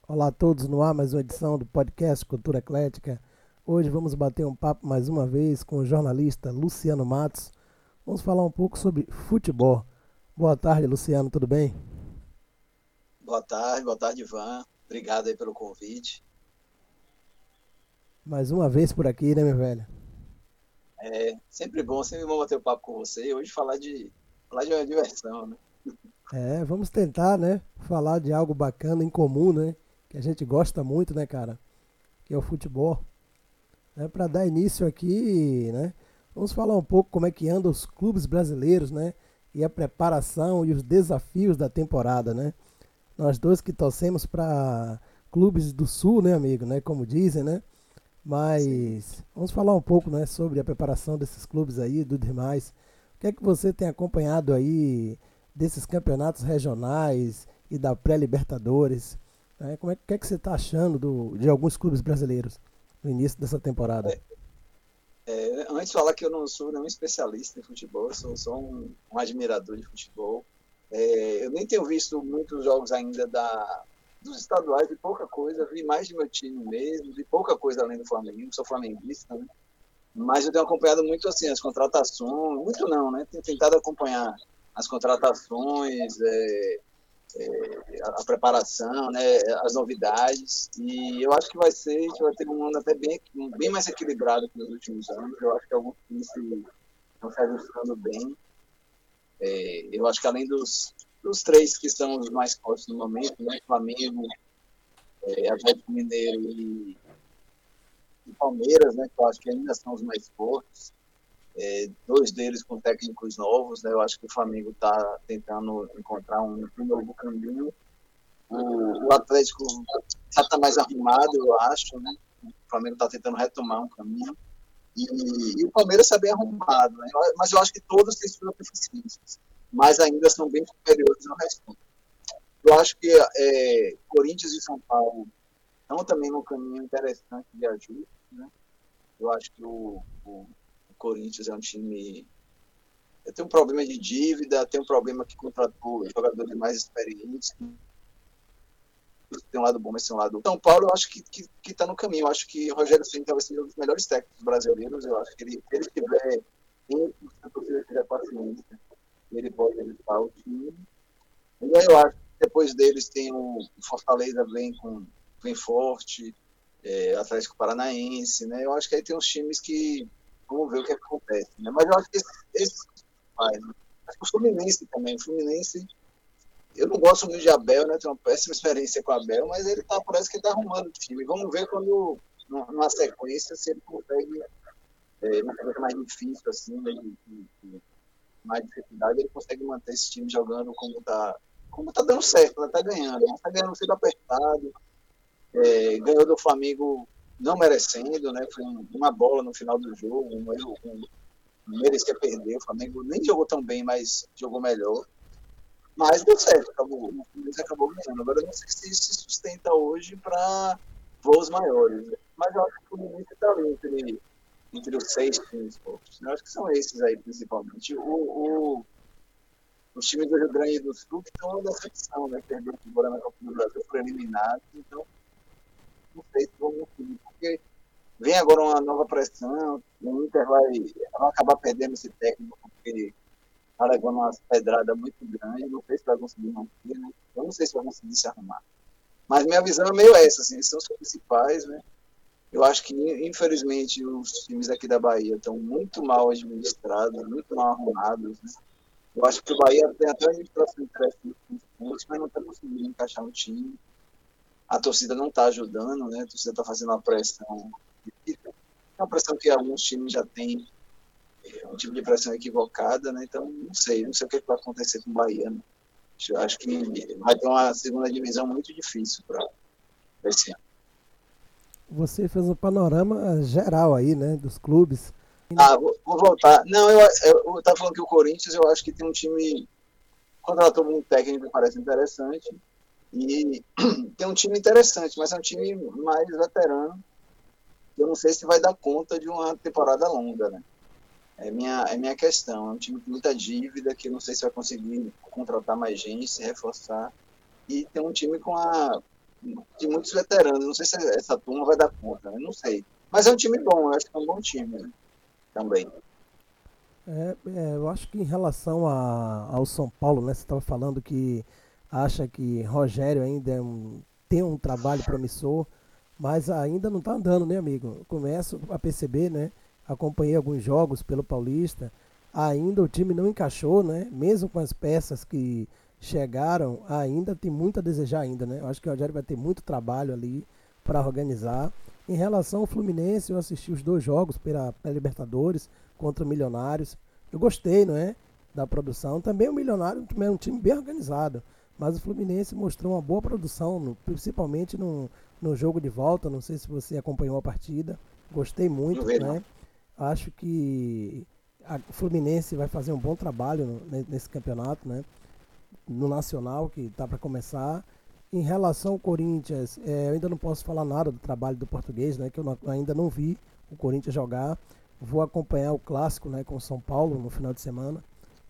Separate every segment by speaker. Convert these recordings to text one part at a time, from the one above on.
Speaker 1: Olá a todos, no ar mais uma edição do podcast Cultura Eclética. Hoje vamos bater um papo mais uma vez com o jornalista Luciano Matos. Vamos falar um pouco sobre futebol. Boa tarde, Luciano, tudo bem?
Speaker 2: Boa tarde, Ivan. Obrigado aí pelo convite.
Speaker 1: Mais uma vez por aqui, né, meu velho?
Speaker 2: Sempre bom bater um papo com você. E hoje falar de uma diversão, né?
Speaker 1: Vamos tentar, né, falar de algo bacana em comum, né, que a gente gosta muito, né, cara, que é o futebol. Para dar início aqui, né, vamos falar um pouco como é que andam os clubes brasileiros, né, e a preparação e os desafios da temporada, né? Nós dois que torcemos para clubes do Sul, né, amigo, né, como dizem, né?
Speaker 2: Sim.
Speaker 1: Mas vamos falar um pouco, né, sobre a preparação desses clubes aí, do demais. O que é que você tem acompanhado aí desses campeonatos regionais e da pré-Libertadores? Né? O que é que você está achando de alguns clubes brasileiros no início dessa temporada?
Speaker 2: Antes de falar que eu não sou nenhum especialista em futebol, eu sou só um admirador de futebol. Eu nem tenho visto muitos jogos ainda dos estaduais, de pouca coisa. Vi mais de meu time mesmo, de pouca coisa além do Flamengo. Sou flamenguista, né? Mas eu tenho acompanhado muito assim as contratações, muito não, né? Tenho tentado acompanhar as contratações, a preparação, né, as novidades. E eu acho que a gente vai ter um ano até bem mais equilibrado que nos últimos anos. Eu acho que alguns times estão se ajustando bem. Eu acho que além dos três que são os mais fortes no momento, né, Flamengo, Atlético Mineiro e Palmeiras, né, que eu acho que ainda são os mais fortes, dois deles com técnicos novos, né, eu acho que o Flamengo está tentando encontrar um novo caminho. O Atlético já está mais arrumado, eu acho, né? O Flamengo está tentando retomar um caminho. E o Palmeiras está bem arrumado, né? Mas eu acho que todos têm suas deficiências, mas ainda são bem superiores ao resto. Eu acho que Corinthians e São Paulo estão também num caminho interessante de ajuste, né? Eu acho que o Corinthians é um time. Tem um problema de dívida, tem um problema que contratou jogadores mais experientes, tem um lado bom, mas tem um lado. São Paulo, eu acho que tá no caminho. Eu acho que o Rogério Ceni talvez seja um dos melhores técnicos brasileiros. Eu acho que se ele tiver, se a torcida tiver paciência, ele pode ajudar o time. E aí eu acho que depois deles tem o Fortaleza vem forte, Atlético Paranaense, né? Eu acho que aí tem uns times que vamos ver o que acontece, né? Mas eu acho que esse faz, né? Acho que o Fluminense também. O Fluminense eu não gosto muito de Abel, né? Tenho uma péssima experiência com Abel, mas parece que ele está arrumando o time. Vamos ver quando, numa sequência, se ele consegue, numa coisa mais difícil, assim, né, de mais dificuldade, ele consegue manter esse time jogando como tá dando certo, está ganhando. Está ganhando sendo apertado, ganhou do Flamengo não merecendo, né? Foi uma bola no final do jogo, não merecia perder. O Flamengo nem jogou tão bem, mas jogou melhor. Mas deu certo, o Fluminense acabou ganhando. Agora eu não sei se isso se sustenta hoje para voos maiores. Né? Mas eu acho que o Fluminense está ali entre os seis times fortes. Eu acho que são esses aí, principalmente. Os times do Rio Grande do Sul que estão na decepção, né? Perderam agora na Copa do Brasil, foram eliminados. Então, não sei se vão conseguir. Porque vem agora uma nova pressão. O Inter vai acabar perdendo esse técnico, porque tá levando umas pedradas muito grandes, não sei se vai conseguir manter, né? Eu não sei se vai conseguir se arrumar. Mas minha visão é meio essa, assim, são os principais, né? Eu acho que, infelizmente, os times aqui da Bahia estão muito mal administrados, muito mal arrumados, né? Eu acho que o Bahia tem até a administração interessante nos pontos, mas não está conseguindo encaixar no time. A torcida não está ajudando, né? A torcida está fazendo uma pressão. É uma pressão que alguns times já têm, um tipo de pressão equivocada, né? Então, não sei o que vai acontecer com o Bahia, né? Eu acho que vai ter uma segunda divisão muito difícil para esse ano.
Speaker 1: Você fez um panorama geral aí, né, dos clubes.
Speaker 2: Vou voltar. Não, eu estava falando que o Corinthians, eu acho que tem um time. Contratou um técnico que parece interessante. E tem um time interessante, mas é um time mais veterano. Eu não sei se vai dar conta de uma temporada longa, né? É minha questão. É um time com muita dívida, que eu não sei se vai conseguir contratar mais gente, se reforçar. E tem um time de muitos veteranos. Não sei se essa turma vai dar conta, né? Não sei. Mas é um time bom, eu acho que é um bom time, né? Também.
Speaker 1: Eu acho que em relação ao São Paulo, né? Você estava falando que acha que Rogério ainda tem um trabalho promissor, mas ainda não está andando, né, amigo? Eu começo a perceber, né? Acompanhei alguns jogos pelo Paulista, ainda o time não encaixou, né? Mesmo com as peças que chegaram, ainda tem muito a desejar ainda, né? Eu acho que o Rogério vai ter muito trabalho ali para organizar. Em relação ao Fluminense, eu assisti os dois jogos pela Libertadores contra o Milionários. Eu gostei, não é? Da produção. Também o Milionário é um time bem organizado. Mas o Fluminense mostrou uma boa produção, principalmente no jogo de volta. Não sei se você acompanhou a partida. Gostei
Speaker 2: Não
Speaker 1: muito,
Speaker 2: vê, não.
Speaker 1: né? Acho que o Fluminense vai fazer um bom trabalho nesse campeonato, né? No Nacional, que está para começar. Em relação ao Corinthians, eu ainda não posso falar nada do trabalho do português, né? Que ainda não vi o Corinthians jogar. Vou acompanhar o clássico, né, com o São Paulo no final de semana.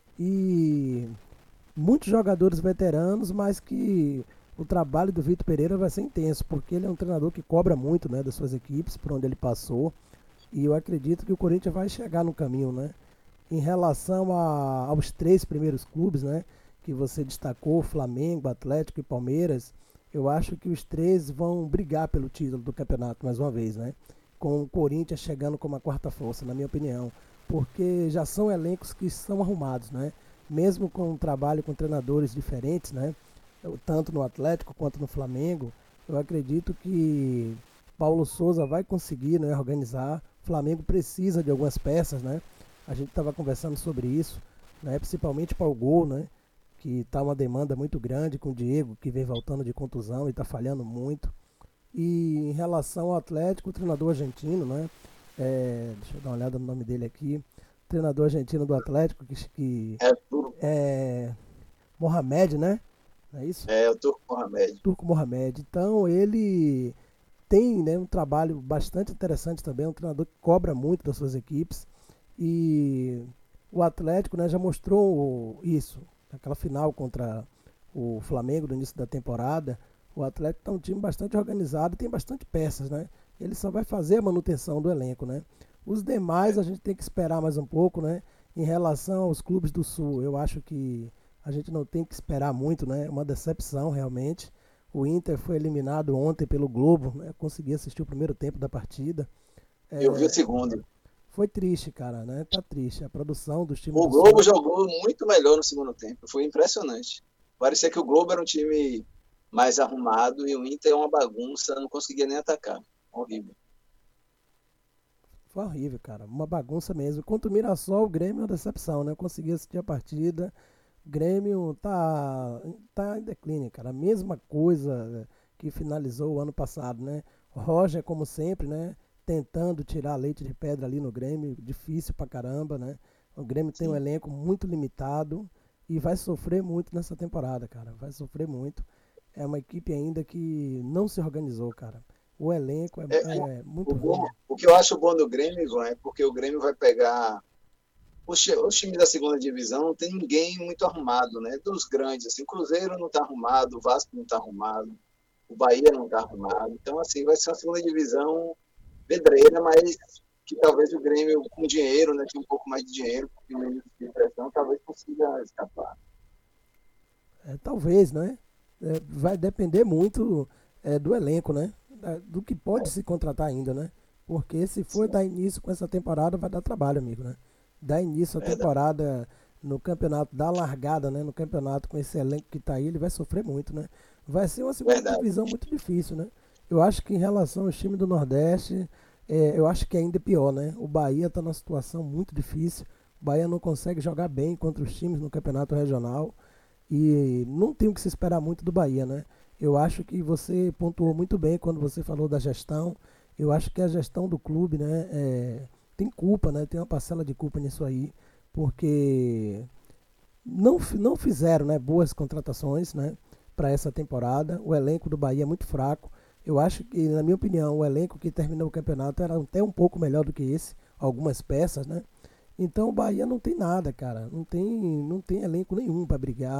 Speaker 1: E muitos jogadores veteranos, mas que o trabalho do Vitor Pereira vai ser intenso, porque ele é um treinador que cobra muito, né, das suas equipes, por onde ele passou. E eu acredito que o Corinthians vai chegar no caminho, né? Em relação aos três primeiros clubes, né, que você destacou, Flamengo, Atlético e Palmeiras, eu acho que os três vão brigar pelo título do campeonato mais uma vez, né? Com o Corinthians chegando como a quarta força, na minha opinião, porque já são elencos que são arrumados, né? Mesmo com um trabalho com treinadores diferentes, né? Tanto no Atlético quanto no Flamengo, eu acredito que Paulo Souza vai conseguir, né, organizar. O Flamengo precisa de algumas peças, né? A gente estava conversando sobre isso, né? Principalmente para o gol, né? Que está uma demanda muito grande com o Diego, que vem voltando de contusão e está falhando muito. E em relação ao Atlético, o treinador argentino, né? Deixa eu dar uma olhada no nome dele aqui. O treinador argentino do Atlético, que
Speaker 2: É duro.
Speaker 1: é Mohamed, né? Não é isso?
Speaker 2: É o Turco Mohamed.
Speaker 1: Turco Mohamed. Então ele tem, né, um trabalho bastante interessante também, um treinador que cobra muito das suas equipes. E o Atlético, né, já mostrou isso naquela final contra o Flamengo no início da temporada. O Atlético está um time bastante organizado e tem bastante peças, né? Ele só vai fazer a manutenção do elenco, né? Os demais a gente tem que esperar mais um pouco, né? Em relação aos clubes do Sul, eu acho que a gente não tem que esperar muito, né? Uma decepção realmente. O Inter foi eliminado ontem pelo Globo, né? Consegui assistir o primeiro tempo da partida.
Speaker 2: Eu vi o segundo.
Speaker 1: Foi triste, cara, né? Tá triste. A produção dos times
Speaker 2: O
Speaker 1: do
Speaker 2: Globo
Speaker 1: Sul.
Speaker 2: jogou muito melhor no segundo tempo. Foi impressionante. Parecia que o Globo era um time mais arrumado e o Inter é uma bagunça, não conseguia nem atacar. Horrível.
Speaker 1: Foi horrível, cara. Uma bagunça mesmo. Contra o Mirassol, o Grêmio é uma decepção, né? Eu consegui assistir a partida. O Grêmio tá em declínio, cara. A mesma coisa que finalizou o ano passado, né? O Roger, como sempre, né? Tentando tirar leite de pedra ali no Grêmio. Difícil pra caramba, né? O Grêmio tem um
Speaker 2: Sim.
Speaker 1: elenco muito limitado e vai sofrer muito nessa temporada, cara. Vai sofrer muito. É uma equipe ainda que não se organizou, cara. O elenco
Speaker 2: É,
Speaker 1: é muito ruim.
Speaker 2: o que eu acho bom do Grêmio, Ivan, é porque o Grêmio vai pegar. Os times da segunda divisão não tem ninguém muito arrumado, né? Dos grandes, assim, Cruzeiro não está arrumado, o Vasco não está arrumado, o Bahia não está arrumado. Então, assim, vai ser uma segunda divisão pedreira, mas que talvez o Grêmio, com dinheiro, né? Tem um pouco mais de dinheiro, um pouquinho menos de pressão, talvez consiga escapar.
Speaker 1: Talvez, né? Vai depender muito do elenco, né? Do que pode se contratar ainda, né? Porque se for
Speaker 2: Sim,
Speaker 1: dar início com essa temporada, vai dar trabalho, amigo, né? Dar início à
Speaker 2: verdade.
Speaker 1: temporada no campeonato, dar largada, né? No campeonato com esse elenco que tá aí, ele vai sofrer muito, né? Vai ser uma segunda
Speaker 2: Verdade.
Speaker 1: divisão muito difícil, né? Eu acho que em relação aos times do Nordeste, eu acho que ainda é pior, né? O Bahia tá numa situação muito difícil. O Bahia não consegue jogar bem contra os times no campeonato regional. E não tem o que se esperar muito do Bahia, né? Eu acho que você pontuou muito bem quando você falou da gestão. Eu acho que a gestão do clube, né, tem culpa, né? Tem uma parcela de culpa nisso aí, porque não fizeram, né, boas contratações, né, para essa temporada. O elenco do Bahia é muito fraco. Eu acho que, na minha opinião, o elenco que terminou o campeonato era até um pouco melhor do que esse, algumas peças, né? Então o Bahia não tem nada, cara. Não tem elenco nenhum para brigar.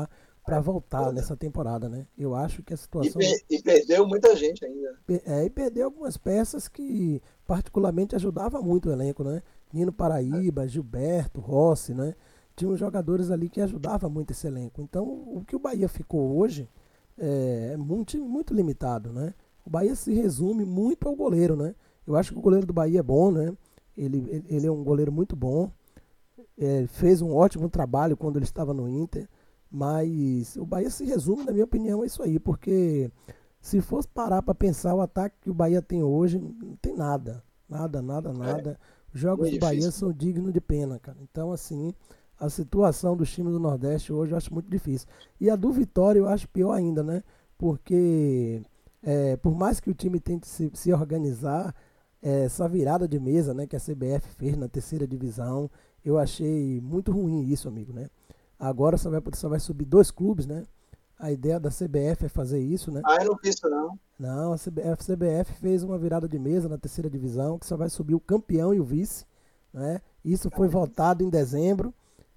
Speaker 1: para voltar nessa temporada, né? Eu acho que a
Speaker 2: E,
Speaker 1: situação
Speaker 2: e perdeu muita gente ainda.
Speaker 1: e perdeu algumas peças que particularmente ajudava muito o elenco, né? Nino Paraíba, Gilberto, Rossi, né? Tinham jogadores ali que ajudavam muito esse elenco. Então, o que o Bahia ficou hoje é muito, muito limitado, né? O Bahia se resume muito ao goleiro, né? Eu acho que o goleiro do Bahia é bom, né? Ele é um goleiro muito bom. Fez um ótimo trabalho quando ele estava no Inter, mas o Bahia se resume, na minha opinião, é isso aí, porque se fosse parar para pensar o ataque que o Bahia tem hoje, não tem nada, nada, nada,
Speaker 2: É
Speaker 1: nada. Os jogos
Speaker 2: muito
Speaker 1: do Bahia
Speaker 2: difícil.
Speaker 1: são dignos de pena, cara. Então, assim, a situação dos times do Nordeste hoje eu acho muito difícil. E a do Vitória eu acho pior ainda, né? Porque por mais que o time tente se organizar, essa virada de mesa, né, que a CBF fez na terceira divisão, eu achei muito ruim isso, amigo, né? Agora só vai subir dois clubes, né? A ideia da CBF é fazer isso, né?
Speaker 2: Ah, eu não fiz isso não.
Speaker 1: Não, a CBF fez uma virada de mesa na terceira divisão, que só vai subir o campeão e o vice, né? Isso foi votado em dezembro,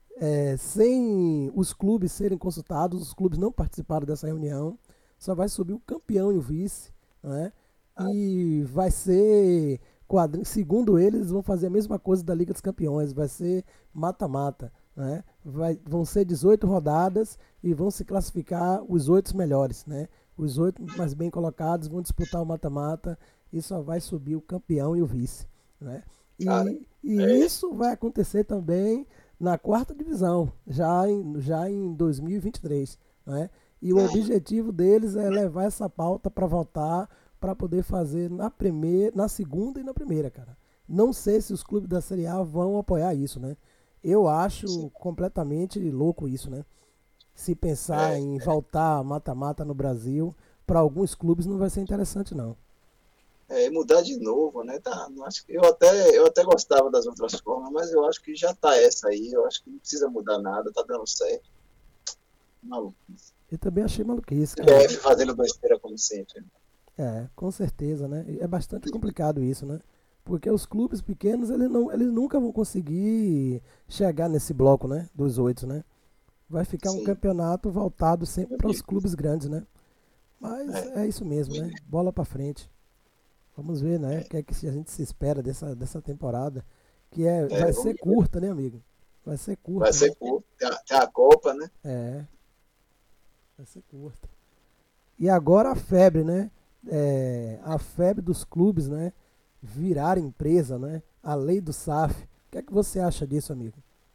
Speaker 1: sem os clubes serem consultados, os clubes não participaram dessa reunião, só vai subir o campeão e o vice, né? E vai ser segundo eles, vão fazer a mesma coisa da Liga dos Campeões, vai ser mata-mata, né? Vão ser 18 rodadas e vão se classificar os 8 melhores, né? Os 8 mais bem colocados vão disputar o mata-mata e só vai subir o campeão e o vice, né?
Speaker 2: Cara,
Speaker 1: E
Speaker 2: é,
Speaker 1: isso vai acontecer também na quarta divisão, já em 2023, né? E o
Speaker 2: uhum,
Speaker 1: objetivo deles é levar essa pauta para votar, para poder fazer na segunda e na primeira, cara. Não sei se os clubes da Série A vão apoiar isso, né? Eu
Speaker 2: sim,
Speaker 1: acho completamente louco isso, né? Se pensar
Speaker 2: é,
Speaker 1: em voltar mata-mata no Brasil, para alguns clubes não vai ser interessante, não.
Speaker 2: mudar de novo, né? Tá, não acho que eu até gostava das outras formas, mas eu acho que já tá essa aí. Eu acho que não precisa mudar nada, tá dando certo. Maluquice.
Speaker 1: Eu também achei maluquice, cara.
Speaker 2: CBF fazendo besteira como sempre.
Speaker 1: Com certeza, né? É bastante complicado isso, né? Porque os clubes pequenos, eles nunca vão conseguir chegar nesse bloco, né? Dos 8, né? Vai ficar um
Speaker 2: Sim,
Speaker 1: campeonato voltado sempre
Speaker 2: muito
Speaker 1: para os
Speaker 2: difícil.
Speaker 1: clubes grandes, né? Mas
Speaker 2: É,
Speaker 1: é isso mesmo, né? Bola para frente. Vamos ver, né? O
Speaker 2: é,
Speaker 1: que é que a gente se espera dessa temporada. Que vai ser
Speaker 2: vamos ver.
Speaker 1: curta, né, amigo? Vai ser
Speaker 2: Vai
Speaker 1: curta, né?
Speaker 2: ser curto. Tem a Copa, né?
Speaker 1: É, vai ser curta. E agora a febre, né? A febre dos clubes, né? Virar empresa, né? A lei do SAF. O que é que você acha disso, amigo?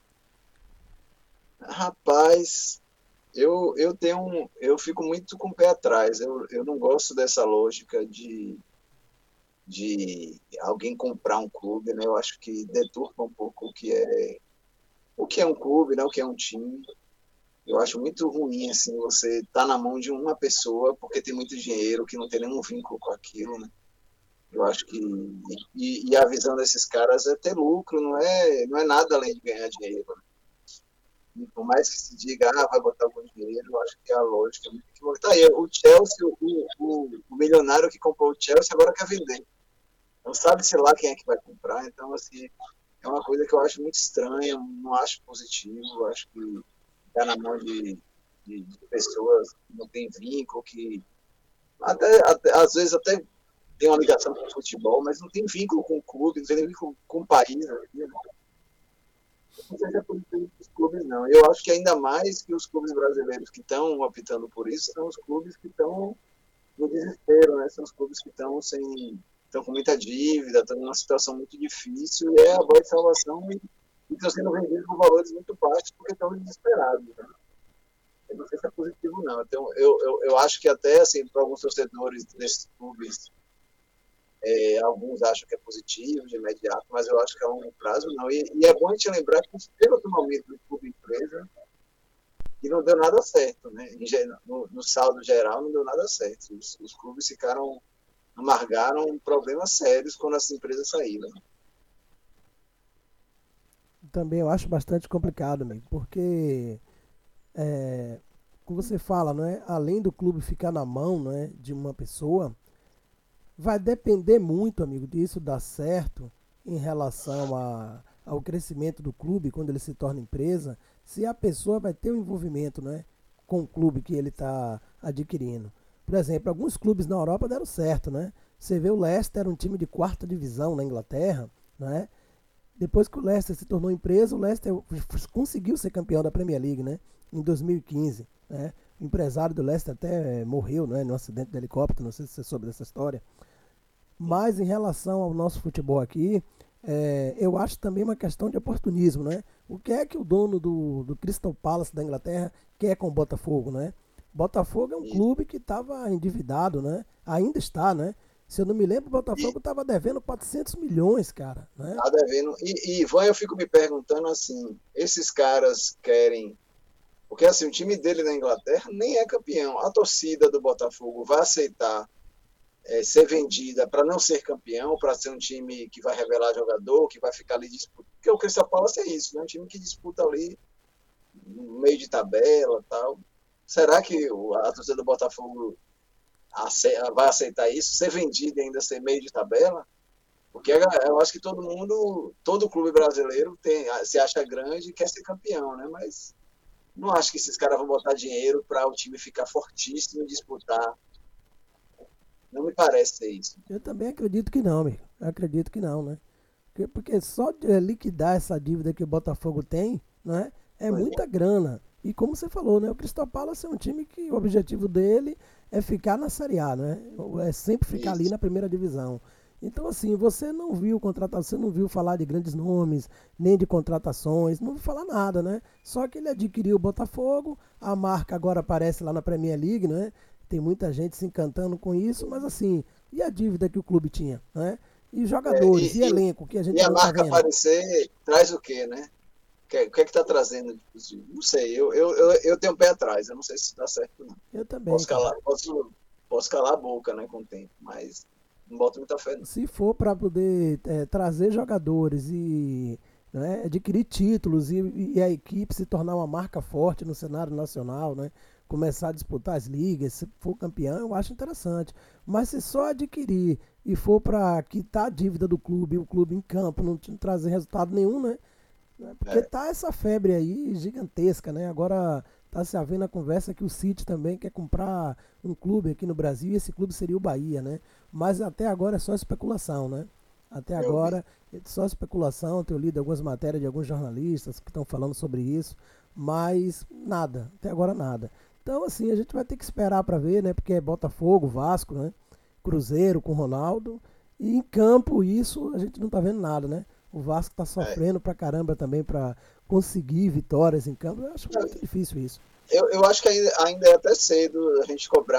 Speaker 2: Rapaz, eu fico muito com o pé atrás. Eu não gosto dessa lógica de alguém comprar um clube, né? Eu acho que deturpa um pouco o que é um clube, né? O que é um time. Eu acho muito ruim assim você tá na mão de uma pessoa porque tem muito dinheiro que não tem nenhum vínculo com aquilo, né? Eu acho que e a visão desses caras é ter lucro, não é nada além de ganhar dinheiro. Né? E por mais que se diga, vai botar algum dinheiro, eu acho que a lógica é muito equivocada. Tá aí, o Chelsea, o milionário que comprou o Chelsea agora quer vender. Não sabe-se lá quem é que vai comprar, então assim, é uma coisa que eu acho muito estranha, não acho positivo, eu acho que está na mão de pessoas que não têm vínculo, que às vezes até tem uma ligação com o futebol, mas não tem vínculo com o clube, não tem vínculo com o país. Né? Não sei se é por isso dos clubes, não. Eu acho que ainda mais que os clubes brasileiros que estão optando por isso são os clubes que estão no desespero, né? São os clubes que estão com muita dívida, estão numa situação muito difícil e é a boa de salvação e estão sendo vendidos por valores muito baixos porque estão desesperados. Né? Eu não sei se é positivo, não. Então, eu acho que até assim, para alguns torcedores desses clubes, alguns acham que é positivo de imediato, mas eu acho que a longo prazo não. E é bom a gente lembrar que teve outro momento do clube empresa que não deu nada certo, né? No saldo geral não deu nada certo. Os clubes amargaram problemas sérios quando as empresas saíram.
Speaker 1: Também eu acho bastante complicado, amigo, porque como você fala, não é? Além do clube ficar na mão, não é, de uma pessoa, vai depender muito, amigo, disso dar certo em relação ao crescimento do clube quando ele se torna empresa, se a pessoa vai ter um envolvimento, né, com o clube que ele está adquirindo. Por exemplo, alguns clubes na Europa deram certo, né? Você vê o Leicester, era um time de quarta divisão na Inglaterra, né? Depois que o Leicester se tornou empresa, o Leicester conseguiu ser campeão da Premier League, né? Em 2015, né? O empresário do Leicester até morreu, né? No acidente de helicóptero, não sei se você soube dessa história. Mas em relação ao nosso futebol aqui, eu acho também uma questão de oportunismo, né? O que é que o dono do Crystal Palace da Inglaterra quer com o Botafogo, né? Botafogo é um clube que estava endividado, né? Ainda está, né? Se eu não me lembro, o Botafogo estava devendo 400 milhões, cara, né?
Speaker 2: Tá devendo. Ivan, eu fico me perguntando assim, esses caras querem... Porque assim, o time dele na Inglaterra nem é campeão. A torcida do Botafogo vai aceitar ser vendida para não ser campeão, para ser um time que vai revelar jogador, que vai ficar ali disputando. Porque o Crystal Palace é isso, né? Um time que disputa ali no meio de tabela e tal. Será que a torcida do Botafogo vai aceitar isso? Ser vendido e ainda ser meio de tabela? Porque eu acho que todo clube brasileiro se acha grande e quer ser campeão, né? Mas não acho que esses caras vão botar dinheiro para o time ficar fortíssimo e disputar. Não me parece ser isso.
Speaker 1: Eu também acredito que não, amigo. Eu acredito que não, né? Porque só de liquidar essa dívida que o Botafogo tem, né? É muita grana. E como você falou, né? O Crystal Palace é um time que o objetivo dele é ficar na Série A, né? É sempre ficar ali na primeira divisão. Então, assim, você não viu você não viu falar de grandes nomes, nem de contratações, não viu falar nada, né? Só que ele adquiriu o Botafogo, a marca agora aparece lá na Premier League, né? Tem muita gente se encantando com isso, mas assim, e a dívida que o clube tinha, né? E jogadores, e elenco que a gente
Speaker 2: não tá vendo. E a marca
Speaker 1: vendo.
Speaker 2: aparecer traz o quê, né? O que é que está trazendo? Não sei, eu tenho um pé atrás, eu não sei se está certo não.
Speaker 1: Eu também.
Speaker 2: Posso calar a boca, né, com o tempo, mas não boto muita fé não.
Speaker 1: Se for para poder trazer jogadores e, né, adquirir títulos e a equipe se tornar uma marca forte no cenário nacional, né, começar a disputar as ligas, se for campeão, eu acho interessante. Mas se só adquirir e for para quitar a dívida do clube e o clube em campo não trazer resultado nenhum, né? Porque tá essa febre aí gigantesca, né? Agora tá se havendo a conversa que o City também quer comprar um clube aqui no Brasil e esse clube seria o Bahia, né? Mas até agora é só especulação, né? Até agora é só especulação. Eu tenho lido algumas matérias de alguns jornalistas que estão falando sobre isso, mas nada, até agora nada. Então, assim, a gente vai ter que esperar para ver, né? Porque é Botafogo, Vasco, né? Cruzeiro com Ronaldo. E em campo, isso a gente não tá vendo nada, né? O Vasco tá sofrendo pra caramba também para conseguir vitórias em campo. Eu acho muito difícil isso.
Speaker 2: Eu acho que ainda é até cedo a gente cobrar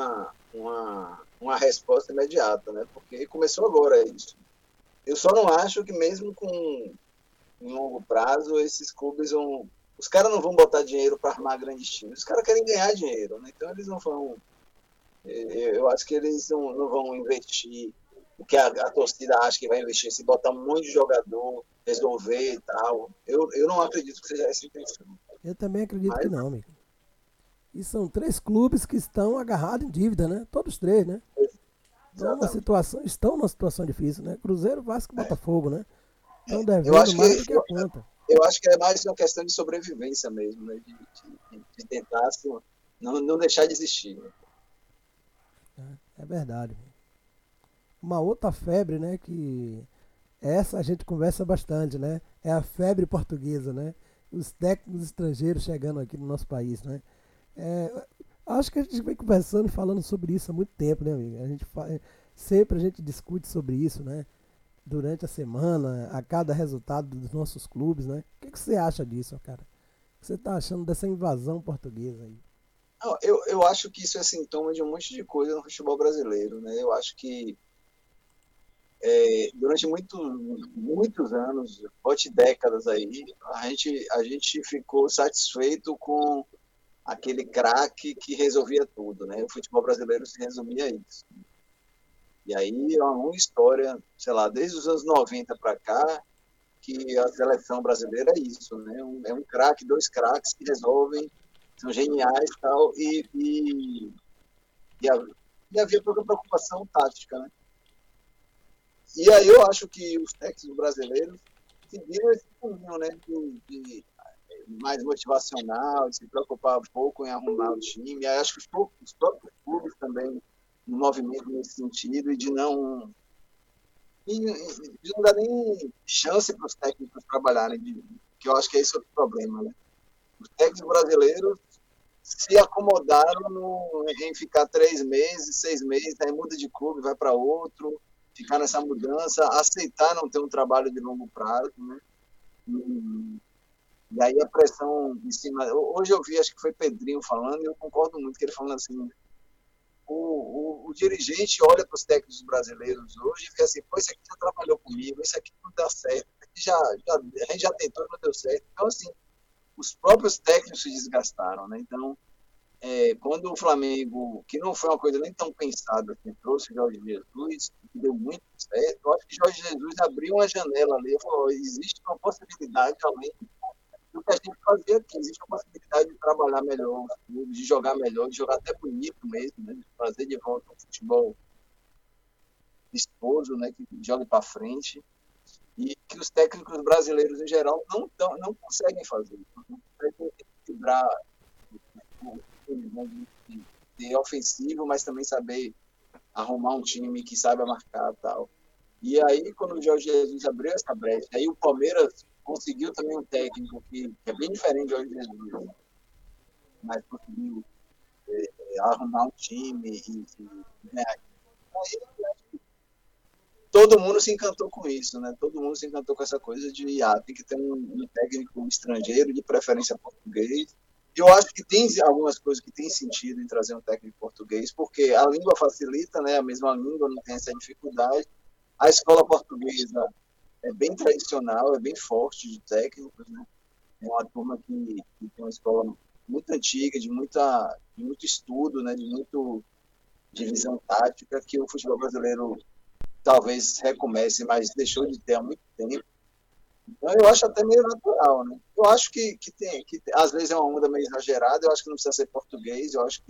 Speaker 2: uma resposta imediata, né? Porque começou agora isso. Eu só não acho que mesmo em longo prazo esses clubes vão... Os caras não vão botar dinheiro para armar grandes times. Os caras querem ganhar dinheiro, né? Então eles não vão... Eu acho que eles não vão investir o que a torcida acha que vai investir, se botar um monte de jogador, resolver e tal. Eu não acredito que seja essa a intenção.
Speaker 1: Eu também acredito que não, amigo. E são 3 clubes que estão agarrados em dívida, né? Todos 3, né? Estão numa situação difícil, né? Cruzeiro, Vasco e Botafogo, né? Estão devendo mais do que a conta.
Speaker 2: Eu acho que é mais uma questão de sobrevivência mesmo, né? De tentar não deixar de existir. Né?
Speaker 1: É verdade. Uma outra febre, né? Que essa a gente conversa bastante, né? É a febre portuguesa, né? Os técnicos estrangeiros chegando aqui no nosso país, né? Acho que a gente vem conversando e falando sobre isso há muito tempo, né, amigo? Sempre a gente discute sobre isso, né? Durante a semana, a cada resultado dos nossos clubes, né? O que você acha disso, cara? O que você está achando dessa invasão portuguesa aí?
Speaker 2: Não, eu acho que isso é sintoma de um monte de coisa no futebol brasileiro, né? Eu acho que durante muitos anos, pode décadas aí, a gente ficou satisfeito com aquele craque que resolvia tudo, né? O futebol brasileiro se resumia a isso. E aí é uma história, sei lá, desde os anos 90 para cá, que a seleção brasileira é isso, né? É um craque, 2 craques que resolvem, são geniais e havia toda a preocupação tática, né? E aí eu acho que os técnicos brasileiros seguiram esse caminho, né? De mais motivacional, de se preocupar preocupar pouco em arrumar o time. Aí acho que os próprios clubes também no movimento nesse sentido e de não dar nem chance para os técnicos trabalharem, que eu acho que é esse outro problema, né? Os técnicos brasileiros se acomodaram em ficar 3 meses, 6 meses, aí muda de clube, vai para outro, ficar nessa mudança, aceitar não ter um trabalho de longo prazo, né? E aí a pressão em cima... Hoje eu vi, acho que foi Pedrinho falando, e eu concordo muito, que ele falando assim, o dirigente olha para os técnicos brasileiros hoje e fica assim, pô, esse aqui já trabalhou comigo, esse aqui não dá certo, a gente já tentou e não deu certo. Então, assim, os próprios técnicos se desgastaram, né? Então, quando o Flamengo, que não foi uma coisa nem tão pensada, assim, trouxe o Jorge Jesus, que deu muito certo, eu acho que Jorge Jesus abriu uma janela ali e falou, existe uma possibilidade, além do que a gente fazia aqui, existe uma possibilidade de trabalhar melhor, de jogar melhor, de jogar até bonito mesmo, né? De trazer de volta um futebol vistoso, né? Que jogue para frente, e que os técnicos brasileiros, em geral, não conseguem fazer, não conseguem equilibrar de ofensivo, mas também saber arrumar um time que saiba marcar e tal. E aí, quando o Jorge Jesus abriu essa brecha, aí o Palmeiras conseguiu também um técnico que é bem diferente de Jorge Jesus, mas conseguiu arrumar um time e ganhar. Aí, todo mundo se encantou com isso, né? Todo mundo se encantou com essa coisa de tem que ter um técnico estrangeiro, de preferência português. Eu acho que tem algumas coisas que tem sentido em trazer um técnico português, porque a língua facilita, né? A mesma língua não tem essa dificuldade. A escola portuguesa é bem tradicional, é bem forte de técnicos, né? É uma turma que tem uma escola muito antiga, de muito estudo, né? De visão tática, que o futebol brasileiro talvez recomece, mas deixou de ter há muito tempo. Então, eu acho até meio natural, né? Eu acho que às vezes é uma onda meio exagerada, eu acho que não precisa ser português, eu acho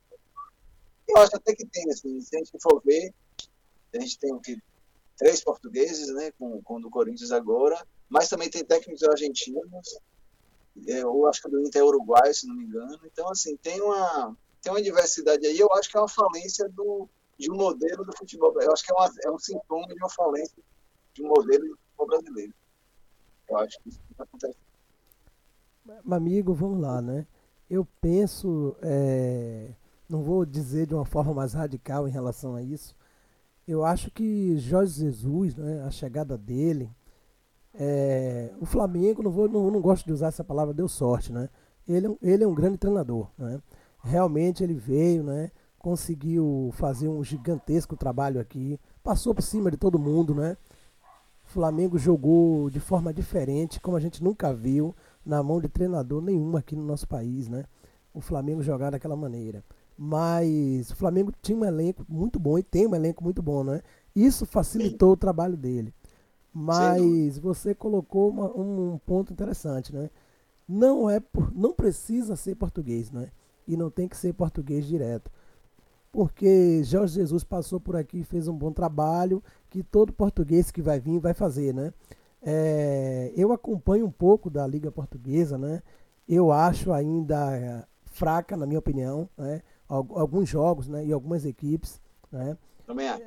Speaker 2: até que tem, assim, se a gente for ver, a gente tem 3 portugueses, né, com o do Corinthians agora, mas também tem técnicos argentinos, eu acho que o do Inter é uruguaio, se não me engano. Então, assim, tem uma diversidade aí, eu acho que é uma falência de um modelo do futebol, eu acho que é um sintoma de uma falência de um modelo do futebol brasileiro. Eu acho que isso acontece.
Speaker 1: Amigo, vamos lá, né? Eu penso, não vou dizer de uma forma mais radical em relação a isso. Eu acho que Jorge Jesus, né, a chegada dele, o Flamengo, não gosto de usar essa palavra, deu sorte, né? Ele é um grande treinador, né? Realmente ele veio, né? Conseguiu fazer um gigantesco trabalho aqui, passou por cima de todo mundo, né? O Flamengo jogou de forma diferente, como a gente nunca viu na mão de treinador nenhum aqui no nosso país, né? O Flamengo jogar daquela maneira. Mas o Flamengo tinha um elenco muito bom e tem um elenco muito bom, né? Isso facilitou o trabalho dele. Mas você colocou um ponto interessante, né? Não precisa ser português, né? E não tem que ser português direto. Porque Jorge Jesus passou por aqui e fez um bom trabalho que todo português que vai vir vai fazer, né? Eu acompanho um pouco da Liga Portuguesa, né? Eu acho ainda fraca, na minha opinião, né? Alguns jogos, né? E algumas equipes, né?
Speaker 2: Também acho.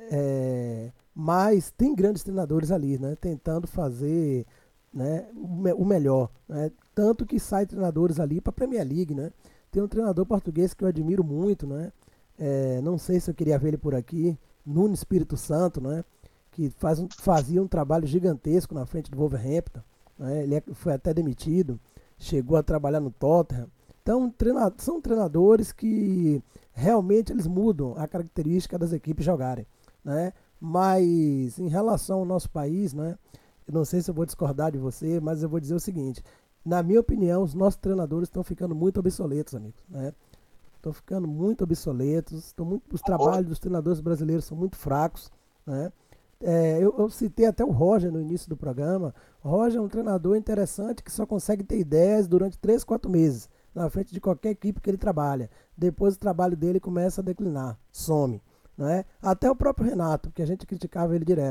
Speaker 1: Mas tem grandes treinadores ali, né? Tentando fazer, né, o melhor, né? Tanto que sai treinadores ali para a Premier League, né? Tem um treinador português que eu admiro muito, né? Não sei se eu queria ver ele por aqui, Nuno Espírito Santo, né? Que fazia um trabalho gigantesco na frente do Wolverhampton, né? Ele foi até demitido, chegou a trabalhar no Tottenham. Então, são treinadores que realmente eles mudam a característica das equipes jogarem, né? Mas em relação ao nosso país, né? Eu não sei se eu vou discordar de você, mas eu vou dizer o seguinte: na minha opinião, os nossos treinadores estão ficando muito obsoletos, amigos, né? Estão ficando muito obsoletos, os trabalhos dos treinadores brasileiros são muito fracos, né? Eu citei até o Roger no início do programa. O Roger é um treinador interessante que só consegue ter ideias durante 3, 4 meses na frente de qualquer equipe que ele trabalha. Depois o trabalho dele começa a declinar, some, né? Até o próprio Renato, que a gente criticava ele direto.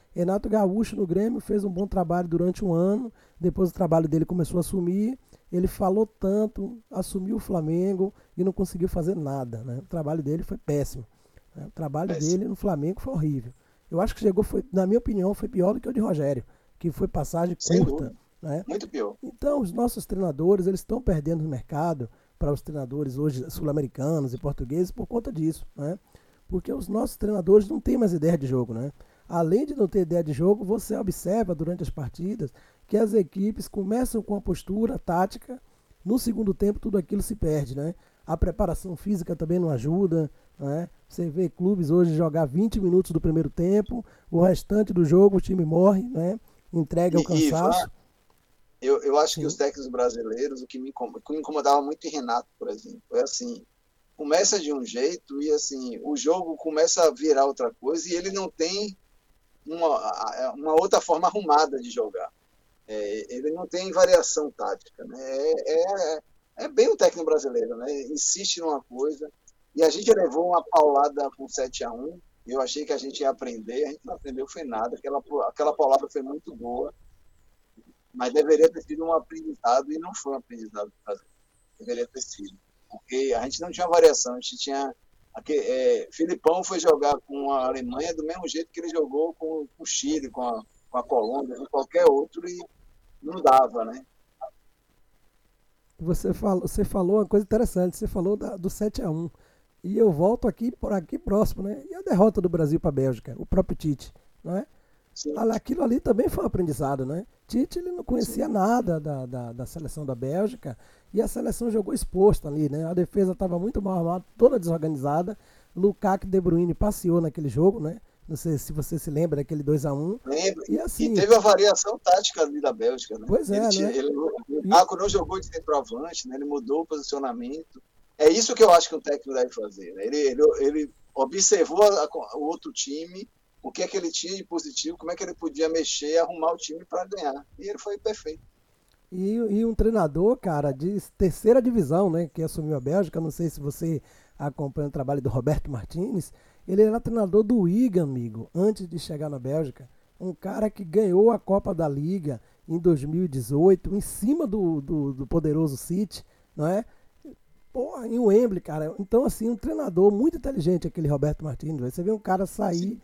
Speaker 1: Renato Gaúcho no Grêmio fez um bom trabalho durante um ano, depois o trabalho dele começou a sumir, ele falou tanto, assumiu o Flamengo e não conseguiu fazer nada, né? O trabalho dele foi péssimo, né? O trabalho dele no Flamengo foi horrível. Eu acho que chegou, na minha opinião, foi pior do que o de Rogério, que foi passagem curta, né?
Speaker 2: Muito pior.
Speaker 1: Então, os nossos treinadores, eles estão perdendo no mercado para os treinadores hoje sul-americanos e portugueses por conta disso, né? Porque os nossos treinadores não têm mais ideia de jogo, né? Além de não ter ideia de jogo, você observa durante as partidas que as equipes começam com a postura tática, no segundo tempo tudo aquilo se perde, né? A preparação física também não ajuda, né? Você vê clubes hoje jogar 20 minutos do primeiro tempo, o restante do jogo o time morre, né? Entrega o cansaço.
Speaker 2: Eu acho que os técnicos brasileiros, o que me incomodava muito em Renato, por exemplo, é assim, começa de um jeito e assim, o jogo começa a virar outra coisa e ele não tem uma outra forma arrumada de jogar. Ele não tem variação tática, né? É bem o técnico brasileiro, né? Insiste numa coisa e a gente levou uma paulada com 7-1. Eu achei que a gente ia aprender, a gente não aprendeu foi nada. Aquela paulada foi muito boa, mas deveria ter sido um aprendizado e não foi um aprendizado brasileiro. Deveria ter sido, porque a gente não tinha variação, a gente tinha Filipão foi jogar com a Alemanha do mesmo jeito que ele jogou com o Chile, com a Colômbia, com qualquer outro, e não dava, né?
Speaker 1: Você falou uma coisa interessante, você falou do 7-1. E eu volto por aqui próximo, né? E a derrota do Brasil para a Bélgica, o próprio Tite, não é? Sim. Aquilo ali também foi um aprendizado, né? Tite ele não conhecia Sim. nada da seleção da Bélgica e a seleção jogou exposto ali, né? A defesa estava muito mal armada, toda desorganizada. Lukaku e De Bruyne passeou naquele jogo, né? Não sei se você se lembra daquele 2-1.
Speaker 2: Lembro. E teve a variação tática ali da Bélgica, né?
Speaker 1: Pois é,
Speaker 2: o Lukaku não jogou de centroavante, né? Ele mudou o posicionamento. É isso que eu acho que o técnico deve fazer, né? Ele observou o outro time, o que é que ele tinha de positivo, como é que ele podia mexer, arrumar o time para ganhar. E ele foi perfeito.
Speaker 1: E um treinador, cara, de terceira divisão, né, que assumiu a Bélgica, não sei se você acompanha o trabalho do Roberto Martínez, ele era treinador do Wigan, amigo, antes de chegar na Bélgica. Um cara que ganhou a Copa da Liga em 2018, em cima do poderoso City, não é? Porra, em Wembley, cara. Então, assim, um treinador muito inteligente, aquele Roberto Martínez. Você vê um cara sair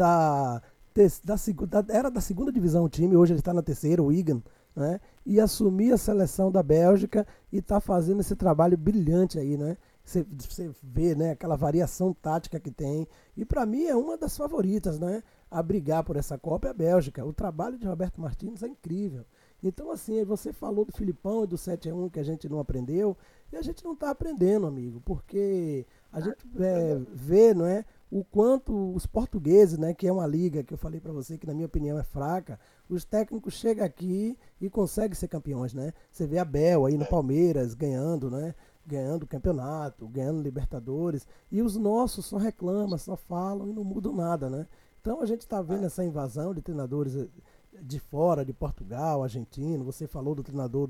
Speaker 1: era da segunda divisão o time, hoje ele está na terceira, o Wigan, né? E assumir a seleção da Bélgica e tá fazendo esse trabalho brilhante aí, né? Você vê, né, aquela variação tática que tem. E para mim é uma das favoritas, né? A brigar por essa Copa é a Bélgica. O trabalho de Roberto Martínez é incrível. Então, assim, você falou do Filipão e do 7-1 que a gente não aprendeu, e a gente não está aprendendo, amigo, porque a gente vê, não é, o quanto os portugueses, né, que é uma liga que eu falei para você que na minha opinião é fraca, os técnicos chegam aqui e conseguem ser campeões, né? Você vê a Abel aí no Palmeiras ganhando, né? Ganhando o campeonato, ganhando Libertadores, e os nossos só reclamam, só falam e não mudam nada, né? Então a gente está vendo essa invasão de treinadores de fora, de Portugal, argentino. Você falou do treinador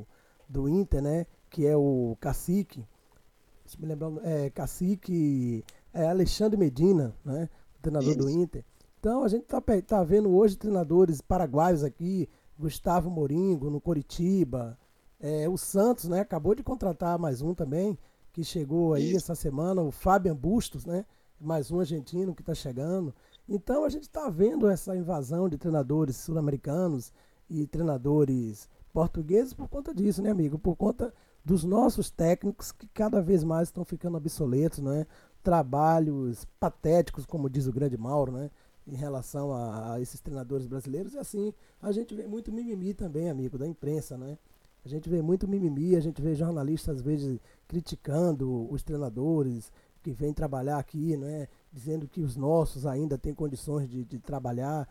Speaker 1: do Inter, né? Que é o Cacique. Se me lembrar, Cacique Alexandre Medina, né? O treinador do Inter. Então a gente tá vendo hoje treinadores paraguaios aqui, Gustavo Moringo no Coritiba, o Santos, né? Acabou de contratar mais um também, que chegou aí essa semana, o Fabian Bustos, né? Mais um argentino que está chegando. Então a gente está vendo essa invasão de treinadores sul-americanos e treinadores portugueses por conta disso, né, amigo? Por conta dos nossos técnicos que cada vez mais estão ficando obsoletos, né? Trabalhos patéticos, como diz o grande Mauro, né? Em relação a esses treinadores brasileiros. E assim, a gente vê muito mimimi também, amigo, da imprensa, né? A gente vê muito mimimi, a gente vê jornalistas às vezes criticando os treinadores que vêm trabalhar aqui, né? Dizendo que os nossos ainda têm condições de trabalhar.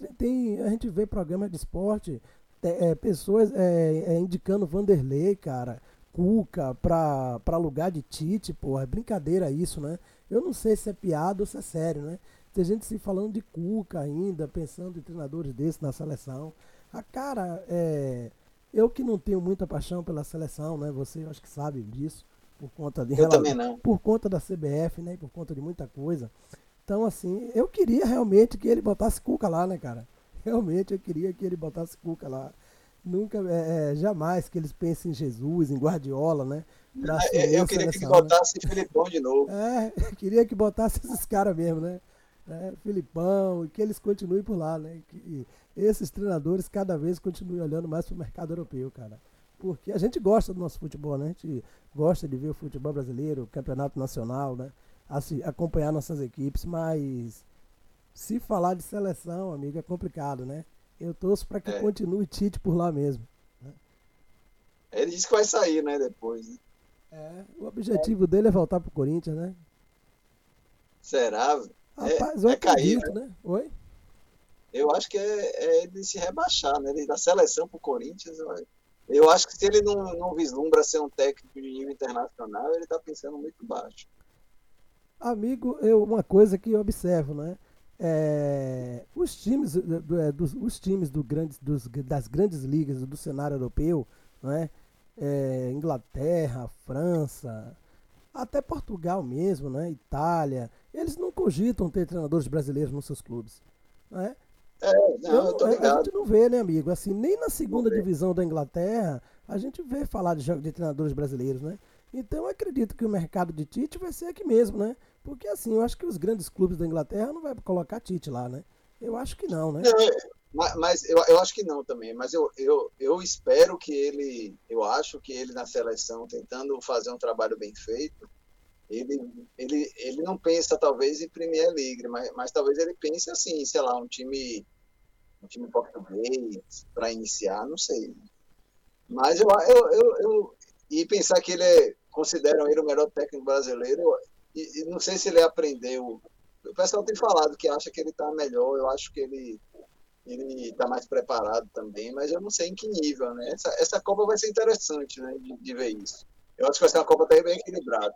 Speaker 1: A gente vê programa de esporte, pessoas indicando Vanderlei, cara, Cuca, para lugar de Tite, porra, é brincadeira isso, né? Eu não sei se é piada ou se é sério, né? Tem gente se falando de Cuca ainda, pensando em treinadores desses na seleção. Cara, eu que não tenho muita paixão pela seleção, né? Você acho que sabe disso. Por conta
Speaker 2: eu também não.
Speaker 1: Por conta da CBF, né? Por conta de muita coisa. Então, assim, eu queria realmente que ele botasse Cuca lá, né, cara? Realmente eu queria que ele botasse Cuca lá. Nunca, jamais que eles pensem em Jesus, em Guardiola, né? Pra assumir
Speaker 2: Eu
Speaker 1: a
Speaker 2: queria que ele
Speaker 1: seleção, né?
Speaker 2: botasse Filipão de novo.
Speaker 1: Queria que botasse esses caras mesmo, né? Filipão, e que eles continuem por lá, né? Que esses treinadores cada vez continuem olhando mais pro mercado europeu, cara. Porque a gente gosta do nosso futebol, né? A gente gosta de ver o futebol brasileiro, o campeonato nacional, né? Acompanhar nossas equipes, mas se falar de seleção, amigo, é complicado, né? Eu torço para que
Speaker 2: É.
Speaker 1: continue Tite por lá mesmo.
Speaker 2: Ele disse que vai sair, né, depois. Né?
Speaker 1: O objetivo dele é voltar pro Corinthians, né?
Speaker 2: Será?
Speaker 1: Rapaz, eu
Speaker 2: É cair,
Speaker 1: acredito,
Speaker 2: né?
Speaker 1: né? Oi?
Speaker 2: Eu acho que é ele se rebaixar, né? Ele da seleção pro Corinthians. Eu acho que se ele não vislumbra ser um técnico de nível internacional, ele está pensando muito baixo.
Speaker 1: Amigo, uma coisa que eu observo, né? Os times, os times das grandes ligas do cenário europeu, né? Inglaterra, França, até Portugal mesmo, né? Itália, eles não cogitam ter treinadores brasileiros nos seus clubes, né?
Speaker 2: Não, eu tô
Speaker 1: A gente
Speaker 2: ligado.
Speaker 1: não vê, né, amigo? Assim, nem na
Speaker 2: Não
Speaker 1: segunda
Speaker 2: vê.
Speaker 1: divisão da Inglaterra a gente vê falar de treinadores brasileiros, né? Então eu acredito que o mercado de Tite vai ser aqui mesmo, né? Porque assim, eu acho que os grandes clubes da Inglaterra não vai colocar Tite lá, né? Eu acho que não, né?
Speaker 2: Não, mas eu acho que não também. Mas eu espero que ele. Eu acho que ele na seleção, tentando fazer um trabalho bem feito, ele não pensa talvez em Premier League, mas talvez ele pense assim, sei lá, um time português para iniciar, não sei. Mas e pensar que consideram ele o melhor técnico brasileiro, e não sei se ele aprendeu. O pessoal tem falado que acha que ele está melhor, eu acho que ele está mais preparado também, mas eu não sei em que nível, né? Essa Copa vai ser interessante, né, de ver isso. Eu acho que vai ser uma Copa até bem equilibrada.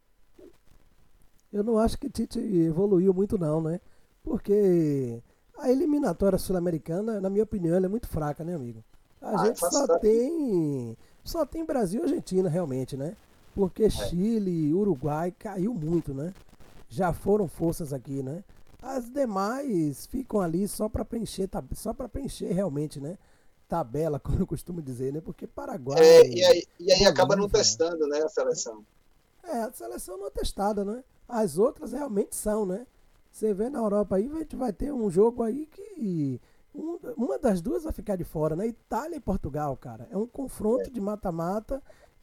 Speaker 1: Eu não acho que Tite evoluiu muito não, né? Porque a eliminatória sul-americana, na minha opinião, ela é muito fraca, né, amigo? A
Speaker 2: Ah,
Speaker 1: gente
Speaker 2: fácil daqui.
Speaker 1: só tem Brasil e Argentina realmente, né? Porque
Speaker 2: É,
Speaker 1: Chile e Uruguai caiu muito, né? Já foram forças aqui, né? As demais ficam ali só para preencher realmente, né? Tabela, como eu costumo dizer, né? Porque
Speaker 2: e
Speaker 1: Paraguai,
Speaker 2: aí acaba não
Speaker 1: Bolívia,
Speaker 2: testando, né, a seleção.
Speaker 1: a seleção não é testada, né? As outras realmente são, né? Você vê na Europa aí, a gente vai ter um jogo aí que uma das duas vai ficar de fora, né? Itália e Portugal, cara. É um confronto de mata-mata,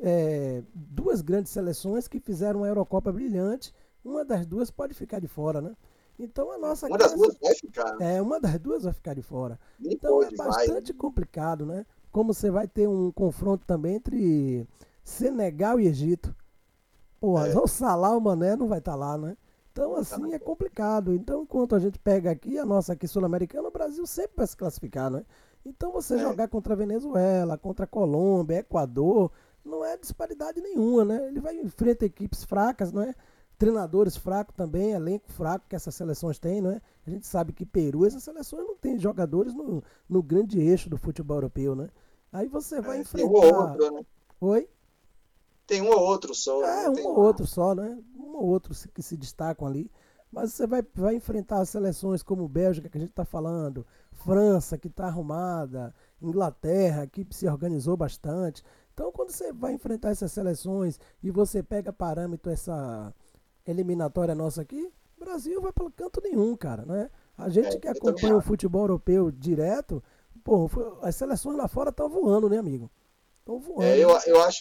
Speaker 1: duas grandes seleções que fizeram uma Eurocopa brilhante. Uma das duas pode ficar de fora, né? Então a nossa
Speaker 2: Uma
Speaker 1: aqui
Speaker 2: das duas vai ficar.
Speaker 1: uma das duas vai ficar de fora.
Speaker 2: Nem
Speaker 1: Então é
Speaker 2: pode, vai.
Speaker 1: bastante complicado, né? Como você vai ter um confronto também entre Senegal e Egito. Porra,
Speaker 2: É,
Speaker 1: o Salah, o Mané não vai estar lá, né? Então,
Speaker 2: vai estar na
Speaker 1: assim, é
Speaker 2: Copa.
Speaker 1: complicado. Então, enquanto a gente pega aqui, a nossa aqui sul-americana, o Brasil sempre vai se classificar, né? Então, você
Speaker 2: É,
Speaker 1: jogar contra a Venezuela, contra a Colômbia, Equador, não é disparidade nenhuma, né? Ele vai enfrentar equipes fracas, né? Treinadores fracos também, elenco fraco que essas seleções têm, né? A gente sabe que Peru, essas seleções não têm jogadores no grande eixo do futebol europeu, né? Aí você vai
Speaker 2: tem um ou
Speaker 1: enfrentar.
Speaker 2: outro, né?
Speaker 1: Oi?
Speaker 2: Tem um ou outro só, né?
Speaker 1: Um
Speaker 2: Tem
Speaker 1: ou
Speaker 2: uma.
Speaker 1: outro só, né? Um ou outro que se destacam ali. Mas você vai enfrentar as seleções como Bélgica, que a gente está falando, França, que está arrumada, Inglaterra, que se organizou bastante. Então, quando você vai enfrentar essas seleções e você pega parâmetro essa eliminatória nossa aqui, o Brasil vai pelo canto nenhum, cara, né? A gente que
Speaker 2: Eu também
Speaker 1: acompanha o
Speaker 2: acho.
Speaker 1: futebol europeu direto, pô, as seleções lá fora estão voando, né, amigo? Estão
Speaker 2: É,
Speaker 1: voando,
Speaker 2: eu,
Speaker 1: né?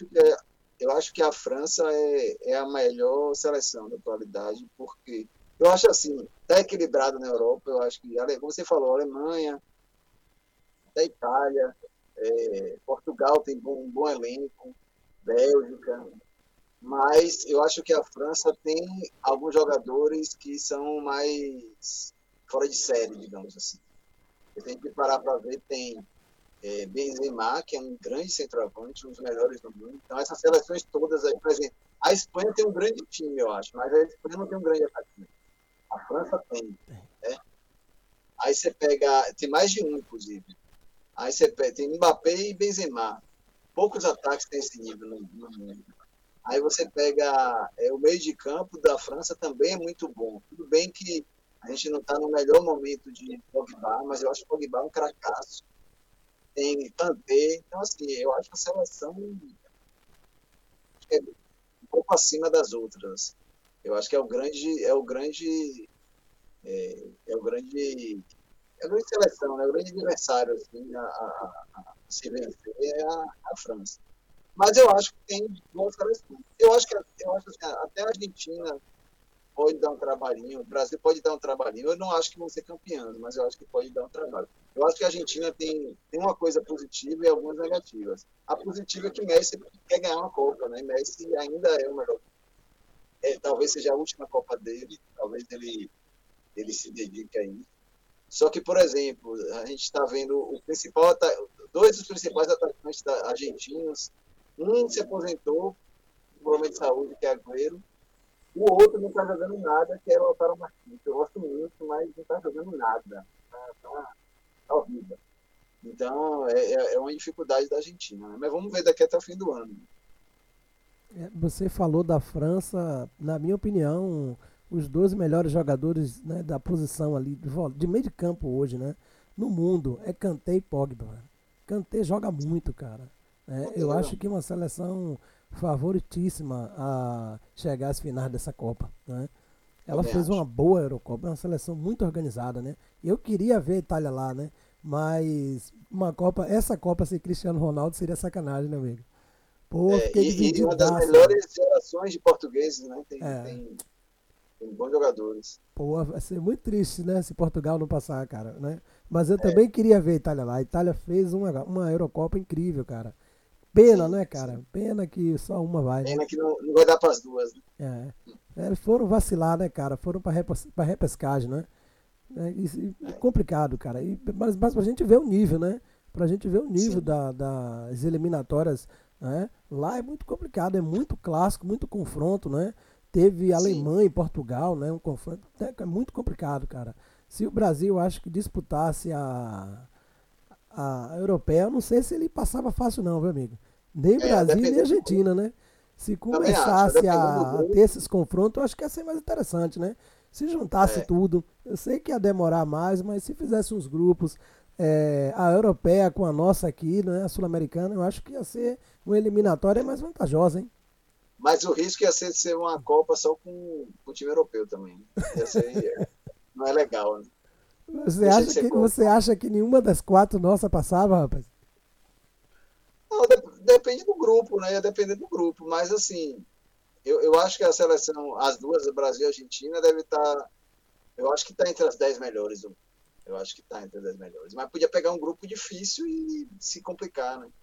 Speaker 2: eu acho que a França é a melhor seleção da atualidade, porque eu acho assim, está equilibrado na Europa, eu acho que, como você falou, Alemanha, da Itália, Portugal tem um bom elenco, Bélgica, mas eu acho que a França tem alguns jogadores que são mais fora de série, digamos assim. Você tem que parar para ver, tem Benzema, que é um grande centroavante, um dos melhores do mundo. Então, essas seleções todas aí, por exemplo, a Espanha tem um grande time, eu acho, mas a Espanha não tem um grande atacante. A França tem. Né? Aí você pega, tem mais de um, inclusive. Aí você pega, tem Mbappé e Benzema. Poucos ataques têm esse nível no mundo. Aí você pega o meio de campo da França também é muito bom. Tudo bem que A gente não está no melhor momento de Pogba, mas eu acho que o Pogba é um cracaço. Tem Kanté. Então, assim, eu acho a seleção um pouco acima das outras. Eu acho que é a grande seleção, né? O grande adversário assim, a se vencer é a França. Mas eu acho que tem boas seleções. Eu acho assim, até a Argentina pode dar um trabalhinho, o Brasil pode dar um trabalhinho. Eu não acho que vão ser campeões, mas eu acho que pode dar um trabalho. Eu acho que a Argentina tem uma coisa positiva e algumas negativas. A positiva é que Messi quer ganhar uma Copa, né? Messi ainda é o melhor. Talvez seja a última Copa dele, talvez ele se dedique a isso. Só que, por exemplo, a gente está vendo dois dos principais atacantes argentinos. Um se aposentou, por problema de saúde, que é Agüero. O outro não está jogando nada, que é o Lautaro Martins. Eu gosto muito, mas não está jogando nada. Tá horrível. Então, é uma dificuldade da Argentina. Né? Mas vamos ver daqui até o fim do ano.
Speaker 1: Você falou da França, na minha opinião, os dois melhores jogadores, né, da posição ali de meio de campo hoje, né, no mundo é Kanté e Pogba. Kanté joga muito, cara. Eu acho que é uma seleção favoritíssima a chegar às finais dessa Copa, né? Ela
Speaker 2: Também
Speaker 1: fez
Speaker 2: acho.
Speaker 1: uma boa Eurocopa, é uma seleção muito organizada, né? Eu queria ver a Itália lá, né? Mas essa Copa sem Cristiano Ronaldo seria sacanagem, né, amigo? Pô, fiquei
Speaker 2: E uma das
Speaker 1: divididaço, velho.
Speaker 2: melhores gerações de portugueses, né?
Speaker 1: É,
Speaker 2: Tem bons jogadores.
Speaker 1: pô, vai ser muito triste, né, se Portugal não passar, cara, né? Mas eu
Speaker 2: É,
Speaker 1: também queria ver a Itália lá. A Itália fez uma Eurocopa incrível, cara. Pena,
Speaker 2: sim,
Speaker 1: né,
Speaker 2: sim.
Speaker 1: cara? Pena que só uma vai, né?
Speaker 2: Pena que não vai dar para as duas. Né?
Speaker 1: É. Foram vacilar, né, cara? Foram pra repescagem, né? Complicado, cara. Mas pra gente ver o nível, né? Pra gente ver o nível
Speaker 2: Sim,
Speaker 1: das eliminatórias, né? Lá é muito complicado, é muito clássico, muito confronto, né? Teve
Speaker 2: sim.
Speaker 1: Alemanha e Portugal, né? Um confronto é muito complicado, cara. Se o Brasil, acho que disputasse a europeia, eu não sei se ele passava fácil não, viu, amigo? Nem
Speaker 2: A
Speaker 1: Brasil, nem
Speaker 2: depender do grupo.
Speaker 1: Argentina, né? Se
Speaker 2: Também acho. A
Speaker 1: começasse
Speaker 2: depender do
Speaker 1: a ter
Speaker 2: grupo.
Speaker 1: esses confrontos, eu acho que ia ser mais interessante, né? Se juntasse
Speaker 2: É,
Speaker 1: tudo, eu sei que ia demorar mais, mas se fizesse uns grupos, a europeia com a nossa aqui, né, a sul-americana, eu acho que ia ser uma eliminatória mais vantajosa, hein?
Speaker 2: mas o risco ia ser uma Copa só com o time europeu também. Ia ser, não é legal, né? Deixa de ser Copa.
Speaker 1: Você acha que nenhuma das quatro nossa passava, rapaz?
Speaker 2: Não, depende do grupo, né? Ia depender do grupo. Mas, assim, eu acho que a seleção, as duas, Brasil e Argentina, deve estar. Eu acho que está entre as 10 melhores. Eu acho que está entre as 10 melhores. Mas podia pegar um grupo difícil e se complicar, né?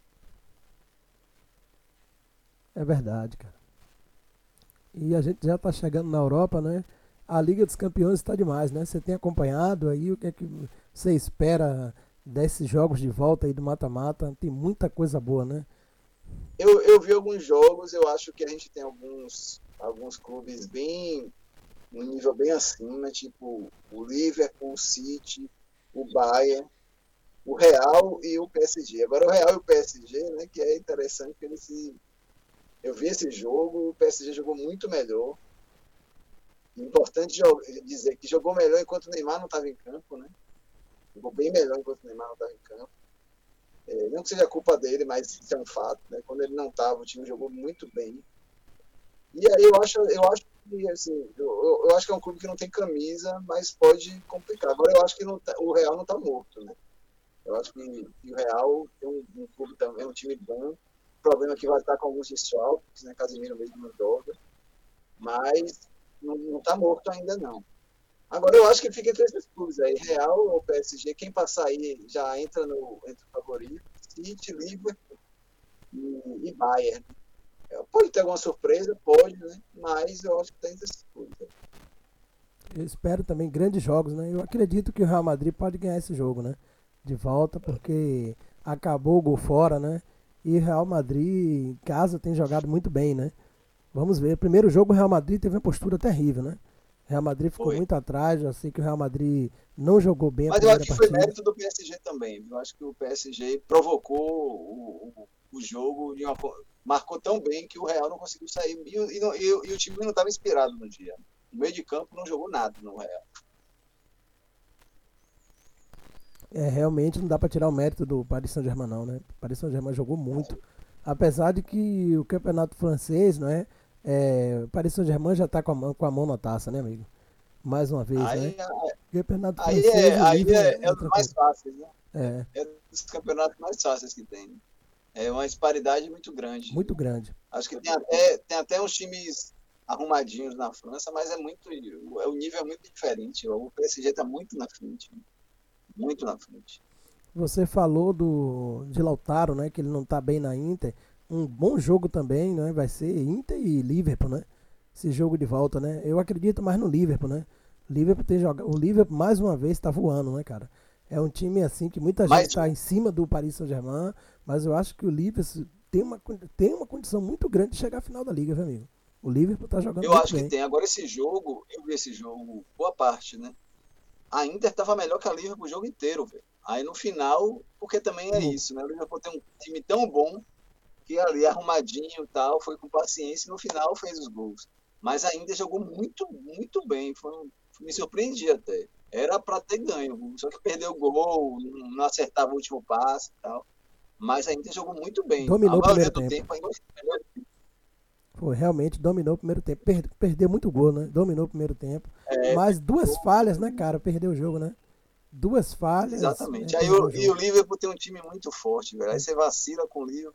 Speaker 1: É verdade, cara. E a gente já está chegando na Europa, né? A Liga dos Campeões está demais, né? Você tem acompanhado aí o que é que você espera desses jogos de volta aí do mata-mata? Tem muita coisa boa, né?
Speaker 2: Eu vi alguns jogos, eu acho que a gente tem alguns clubes um nível bem acima, tipo o Liverpool, o City, o Bayern, o Real e o PSG. Agora o Real e o PSG, né, que é interessante que eu vi esse jogo, o PSG jogou muito melhor. Importante dizer que jogou melhor enquanto o Neymar não estava em campo, né? Jogou bem melhor enquanto o Neymar não estava em campo. Não que seja culpa dele, mas isso é um fato, né? Quando ele não estava, o time jogou muito bem. E aí eu acho que assim, eu acho que é um clube que não tem camisa, mas pode complicar. Agora eu acho que o Real não está morto, né? Eu acho que o Real tem um clube também, é um time bom. O problema é que vai estar com alguns desfalques, né? Casemiro mesmo não joga, mas não está morto ainda não. Agora eu acho que fica entre esses clubes aí, Real ou PSG, quem passar aí já entra entre o favorito, City, Liverpool e Bayern. Pode ter alguma surpresa, pode, né? Mas eu acho que tem esses clubes aí.
Speaker 1: Eu espero também grandes jogos, né? Eu acredito que o Real Madrid pode ganhar esse jogo, né? De volta, porque acabou o gol fora, né? E o Real Madrid, em casa, tem jogado muito bem, né? Vamos ver. Primeiro jogo, o Real Madrid teve uma postura terrível, né? O Real Madrid ficou
Speaker 2: Foi.
Speaker 1: muito atrás. Eu sei que o Real Madrid não jogou bem a
Speaker 2: Mas eu acho
Speaker 1: primeira
Speaker 2: que foi
Speaker 1: partida.
Speaker 2: mérito do PSG também. Eu acho que o PSG provocou o jogo, marcou tão bem que o Real não conseguiu sair. E o time não estava inspirado no dia. No meio de campo não jogou nada no Real.
Speaker 1: Realmente não dá para tirar o mérito do Paris Saint-Germain não, né? O Paris Saint-Germain jogou muito. Apesar de que o campeonato francês, não é? O Paris Saint-Germain já tá com a mão na taça, né, amigo? Mais uma vez, né?
Speaker 2: Aí,
Speaker 1: O campeonato
Speaker 2: aí,
Speaker 1: francês,
Speaker 2: é,
Speaker 1: o
Speaker 2: aí
Speaker 1: nível
Speaker 2: é, é
Speaker 1: é
Speaker 2: um dos
Speaker 1: outra
Speaker 2: mais
Speaker 1: coisa.
Speaker 2: fáceis, né?
Speaker 1: É,
Speaker 2: É um dos campeonatos mais fáceis que tem. Né? É uma disparidade muito grande.
Speaker 1: muito grande.
Speaker 2: Acho que tem até uns times arrumadinhos na França, mas o nível é muito diferente. O PSG está muito na frente, muito na frente.
Speaker 1: Você falou de Lautaro, né? Que ele não tá bem na Inter. Um bom jogo também, né? Vai ser Inter e Liverpool, né? Esse jogo de volta, né? Eu acredito mais no Liverpool, né? O Liverpool mais uma vez está voando, né, cara? É um time assim que muita gente
Speaker 2: Mas
Speaker 1: está em cima do Paris Saint-Germain, mas eu acho que o Liverpool tem uma condição muito grande de chegar à final da liga, viu, amigo? O Liverpool tá jogando
Speaker 2: eu
Speaker 1: muito
Speaker 2: acho que
Speaker 1: bem.
Speaker 2: tem. Agora esse jogo, eu vi esse jogo boa parte, né? A Inter estava melhor que a Liverpool o jogo inteiro, velho. Aí no final, porque também é
Speaker 1: No-
Speaker 2: isso, né? O Liverpool tem um time tão bom que ali arrumadinho e tal, foi com paciência e no final fez os gols. Mas a Inter jogou muito, muito bem. Me surpreendi até. Era para ter ganho, só que perdeu o gol, não acertava o último passe e tal. Mas a Inter jogou muito bem. A
Speaker 1: Dominou o primeiro
Speaker 2: maioria do
Speaker 1: tempo.
Speaker 2: tempo ainda foi melhor.
Speaker 1: Foi, realmente dominou o primeiro tempo. Perdeu muito gol, né? Dominou o primeiro tempo.
Speaker 2: É,
Speaker 1: Mas duas
Speaker 2: perdeu,
Speaker 1: falhas, né, cara? Perdeu o jogo, né? Duas falhas,
Speaker 2: exatamente. Aí
Speaker 1: perdeu o
Speaker 2: e o
Speaker 1: jogo.
Speaker 2: Liverpool tem um time muito forte, velho. Aí você vacila com o Liverpool,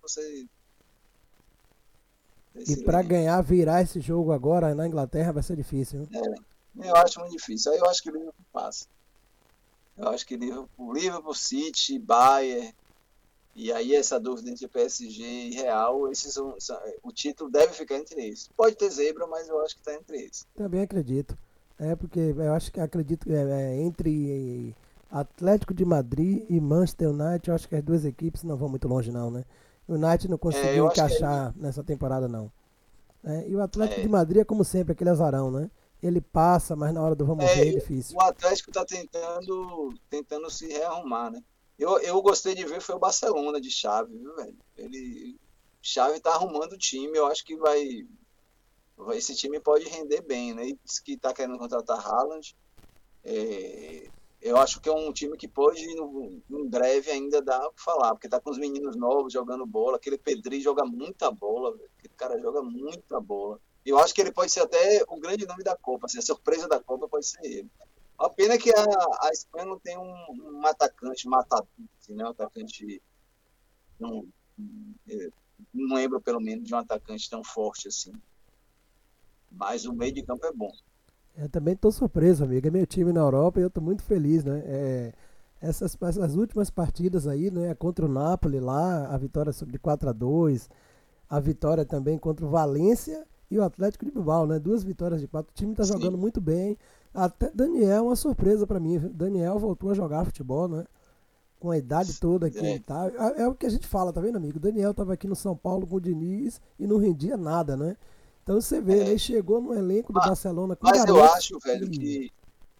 Speaker 2: você
Speaker 1: E
Speaker 2: se
Speaker 1: pra
Speaker 2: lasca.
Speaker 1: ganhar, virar esse jogo agora na Inglaterra vai ser difícil, viu?
Speaker 2: Eu acho muito difícil. Aí eu acho que o Liverpool passa. Eu acho que Liverpool, City, Bayern, e aí essa dúvida entre PSG e Real, o título deve ficar entre eles. Pode ter zebra, mas eu acho que está entre eles.
Speaker 1: Também acredito. Porque eu acho que acredito que entre Atlético de Madrid e Manchester United, eu acho que as duas equipes não vão muito longe não, né? O United não conseguiu
Speaker 2: Eu acho que aí
Speaker 1: encaixar nessa temporada não. E o Atlético de
Speaker 2: é,
Speaker 1: Madrid é como sempre, aquele azarão, né? Ele passa, mas na hora do vamos ver é difícil.
Speaker 2: o Atlético está tentando se rearrumar, né? Eu gostei de ver foi o Barcelona de Xavi, viu, velho? Xavi está arrumando o time, eu acho que esse time pode render bem, né? E diz que está querendo contratar Haaland. É, eu acho que é um time que pode, em breve, ainda dar o que falar, porque tá com os meninos novos jogando bola. Aquele Pedri joga muita bola, velho. Aquele cara joga muita bola. Eu acho que ele pode ser até o grande nome da Copa. Assim, a surpresa da Copa pode ser ele. A pena é que a Espanha não tem um atacante matador, assim, né? Um atacante. Não, não lembro, pelo menos, de um atacante tão forte assim. Mas o meio de campo é bom.
Speaker 1: Eu também estou surpreso, amigo. É meu time na Europa e eu estou muito feliz, né? Essas últimas partidas aí, né? Contra o Napoli lá, a vitória de 4-2, a vitória também contra o Valência e o Atlético de Bilbao, né? Duas vitórias de 4. O time está jogando
Speaker 2: Sim,
Speaker 1: muito bem. Até Daniel é uma surpresa para mim. Daniel voltou a jogar futebol, né? Com a idade toda que ele
Speaker 2: é,
Speaker 1: tá. É o que a gente fala, tá vendo, amigo? O Daniel estava aqui no São Paulo com o Diniz e não rendia nada, né? Então você vê, ele
Speaker 2: é.
Speaker 1: chegou no elenco do Barcelona com
Speaker 2: Mas eu
Speaker 1: garotos
Speaker 2: acho, velho,
Speaker 1: e
Speaker 2: que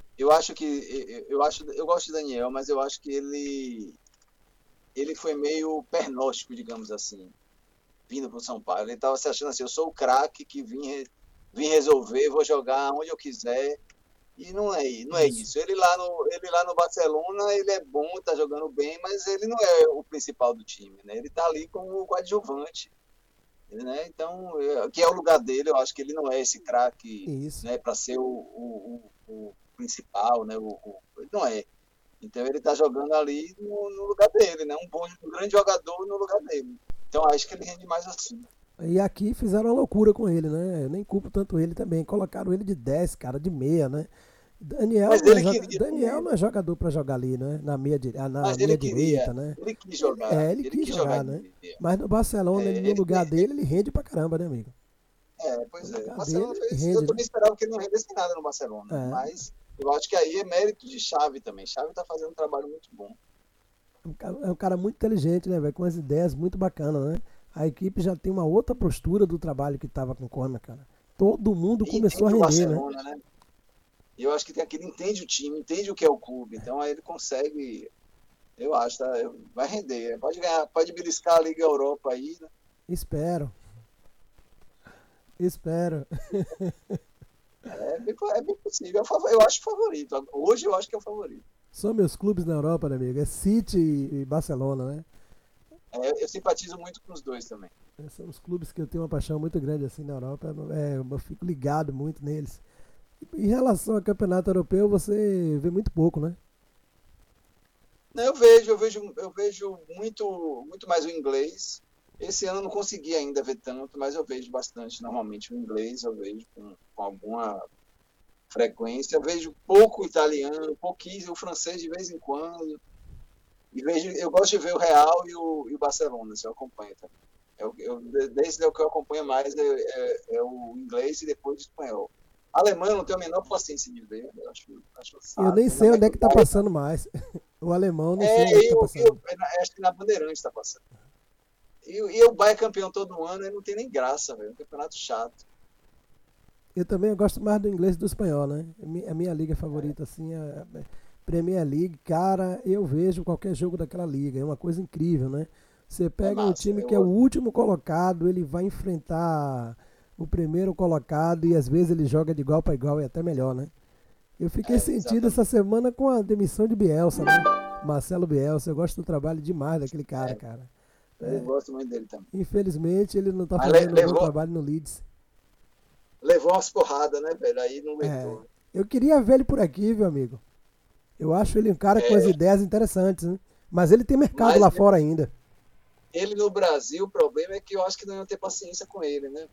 Speaker 2: eu gosto de Daniel, mas eu acho que ele foi meio pernóstico, digamos assim, vindo para o São Paulo. Ele estava se achando assim, eu sou o craque que vim resolver, vou jogar onde eu quiser. E não é
Speaker 1: isso.
Speaker 2: isso. Ele lá no Barcelona, ele é bom, tá jogando bem, mas ele não é o principal do time, né? Ele tá ali como coadjuvante, né? Então, que é o lugar dele, eu acho que ele não é esse craque,
Speaker 1: Isso.
Speaker 2: né, para ser o principal, né? Ele não é. Então ele está jogando ali no lugar dele, né? Um grande jogador no lugar dele. Então acho que ele rende mais assim.
Speaker 1: E aqui fizeram uma loucura com ele, né? Eu nem culpo tanto ele também. Colocaram ele de 10, cara, de meia, né?
Speaker 2: Mas ele queria
Speaker 1: Daniel
Speaker 2: também.
Speaker 1: não é jogador para jogar ali, né? Na
Speaker 2: Mas ele
Speaker 1: meia
Speaker 2: queria.
Speaker 1: direita, né?
Speaker 2: Ele quis jogar.
Speaker 1: Ele
Speaker 2: Ele
Speaker 1: quis
Speaker 2: quis jogar
Speaker 1: jogar,
Speaker 2: de
Speaker 1: né?
Speaker 2: meia.
Speaker 1: Mas no Barcelona, ele, no
Speaker 2: Ele,
Speaker 1: lugar dele, ele rende pra caramba, né, amigo? No
Speaker 2: pois é. O
Speaker 1: lugar
Speaker 2: Barcelona
Speaker 1: dele, ele
Speaker 2: fez. Eu
Speaker 1: rende, né?
Speaker 2: também esperava que ele não rendesse nada no Barcelona.
Speaker 1: É,
Speaker 2: Mas eu acho que aí é mérito de Xavi também. Xavi está fazendo um trabalho muito bom.
Speaker 1: é um cara muito inteligente, né, velho? Com as ideias muito bacanas, né? A equipe já tem uma outra postura do trabalho que tava com o Koeman, cara. Todo mundo
Speaker 2: E
Speaker 1: começou a
Speaker 2: entende o
Speaker 1: render, né?
Speaker 2: Barcelona, né? E eu acho que ele entende o time, entende o que é o clube. Então aí ele consegue. Eu acho, tá? Vai render. Pode ganhar, pode beliscar a Liga Europa aí, né?
Speaker 1: Espero, espero.
Speaker 2: É bem possível. Eu acho favorito. Hoje eu acho que é o favorito.
Speaker 1: São meus clubes na Europa, né, amigo? É City e Barcelona, né?
Speaker 2: Eu simpatizo muito com os dois também.
Speaker 1: São os clubes que eu tenho uma paixão muito grande assim na Europa. Eu fico ligado muito neles. Em relação ao campeonato europeu, você vê muito pouco, né?
Speaker 2: Não, eu vejo muito mais o inglês. Esse ano eu não consegui ainda ver tanto, mas eu vejo bastante. Normalmente o inglês eu vejo com alguma frequência. Eu vejo pouco o italiano, pouquíssimo o francês de vez em quando. Eu gosto de ver o Real e o Barcelona, se eu acompanho também. Desde o que eu acompanho mais é o inglês e depois o espanhol. Alemão eu não tenho a menor paciência de ver, acho
Speaker 1: Eu
Speaker 2: chato.
Speaker 1: nem
Speaker 2: Ainda
Speaker 1: sei
Speaker 2: mais
Speaker 1: onde é
Speaker 2: que o
Speaker 1: que tá
Speaker 2: Bayern.
Speaker 1: passando mais. O alemão, não sei onde é que tá passando.
Speaker 2: Acho que na Bandeirantes está passando. E o Bayern campeão todo ano, ele não tem nem graça, velho. É um campeonato chato.
Speaker 1: Eu também gosto mais do inglês e do espanhol, né? A minha liga favorita, assim, é a Premier League. Cara, eu vejo qualquer jogo daquela liga. É uma coisa incrível, né? Você
Speaker 2: É
Speaker 1: pega um
Speaker 2: massa.
Speaker 1: time que é o último colocado, ele vai enfrentar o primeiro colocado e às vezes ele joga de igual para igual e até melhor, né? Eu fiquei sentido essa
Speaker 2: Exatamente.
Speaker 1: semana com a demissão de Bielsa, né? Marcelo Bielsa. Eu gosto do trabalho demais daquele cara,
Speaker 2: É,
Speaker 1: cara.
Speaker 2: eu
Speaker 1: É,
Speaker 2: gosto muito dele também.
Speaker 1: infelizmente ele não tá
Speaker 2: Mas
Speaker 1: fazendo um bom
Speaker 2: levou,
Speaker 1: trabalho no Leeds.
Speaker 2: levou umas porradas, né, velho? Aí não
Speaker 1: É,
Speaker 2: aguentou.
Speaker 1: eu queria ver ele por aqui, meu amigo. Eu acho ele um cara com as
Speaker 2: É,
Speaker 1: ideias interessantes, né? Mas ele tem mercado
Speaker 2: mas
Speaker 1: lá fora ainda.
Speaker 2: ele no Brasil, o problema é que eu acho que não iam ter paciência com ele, né?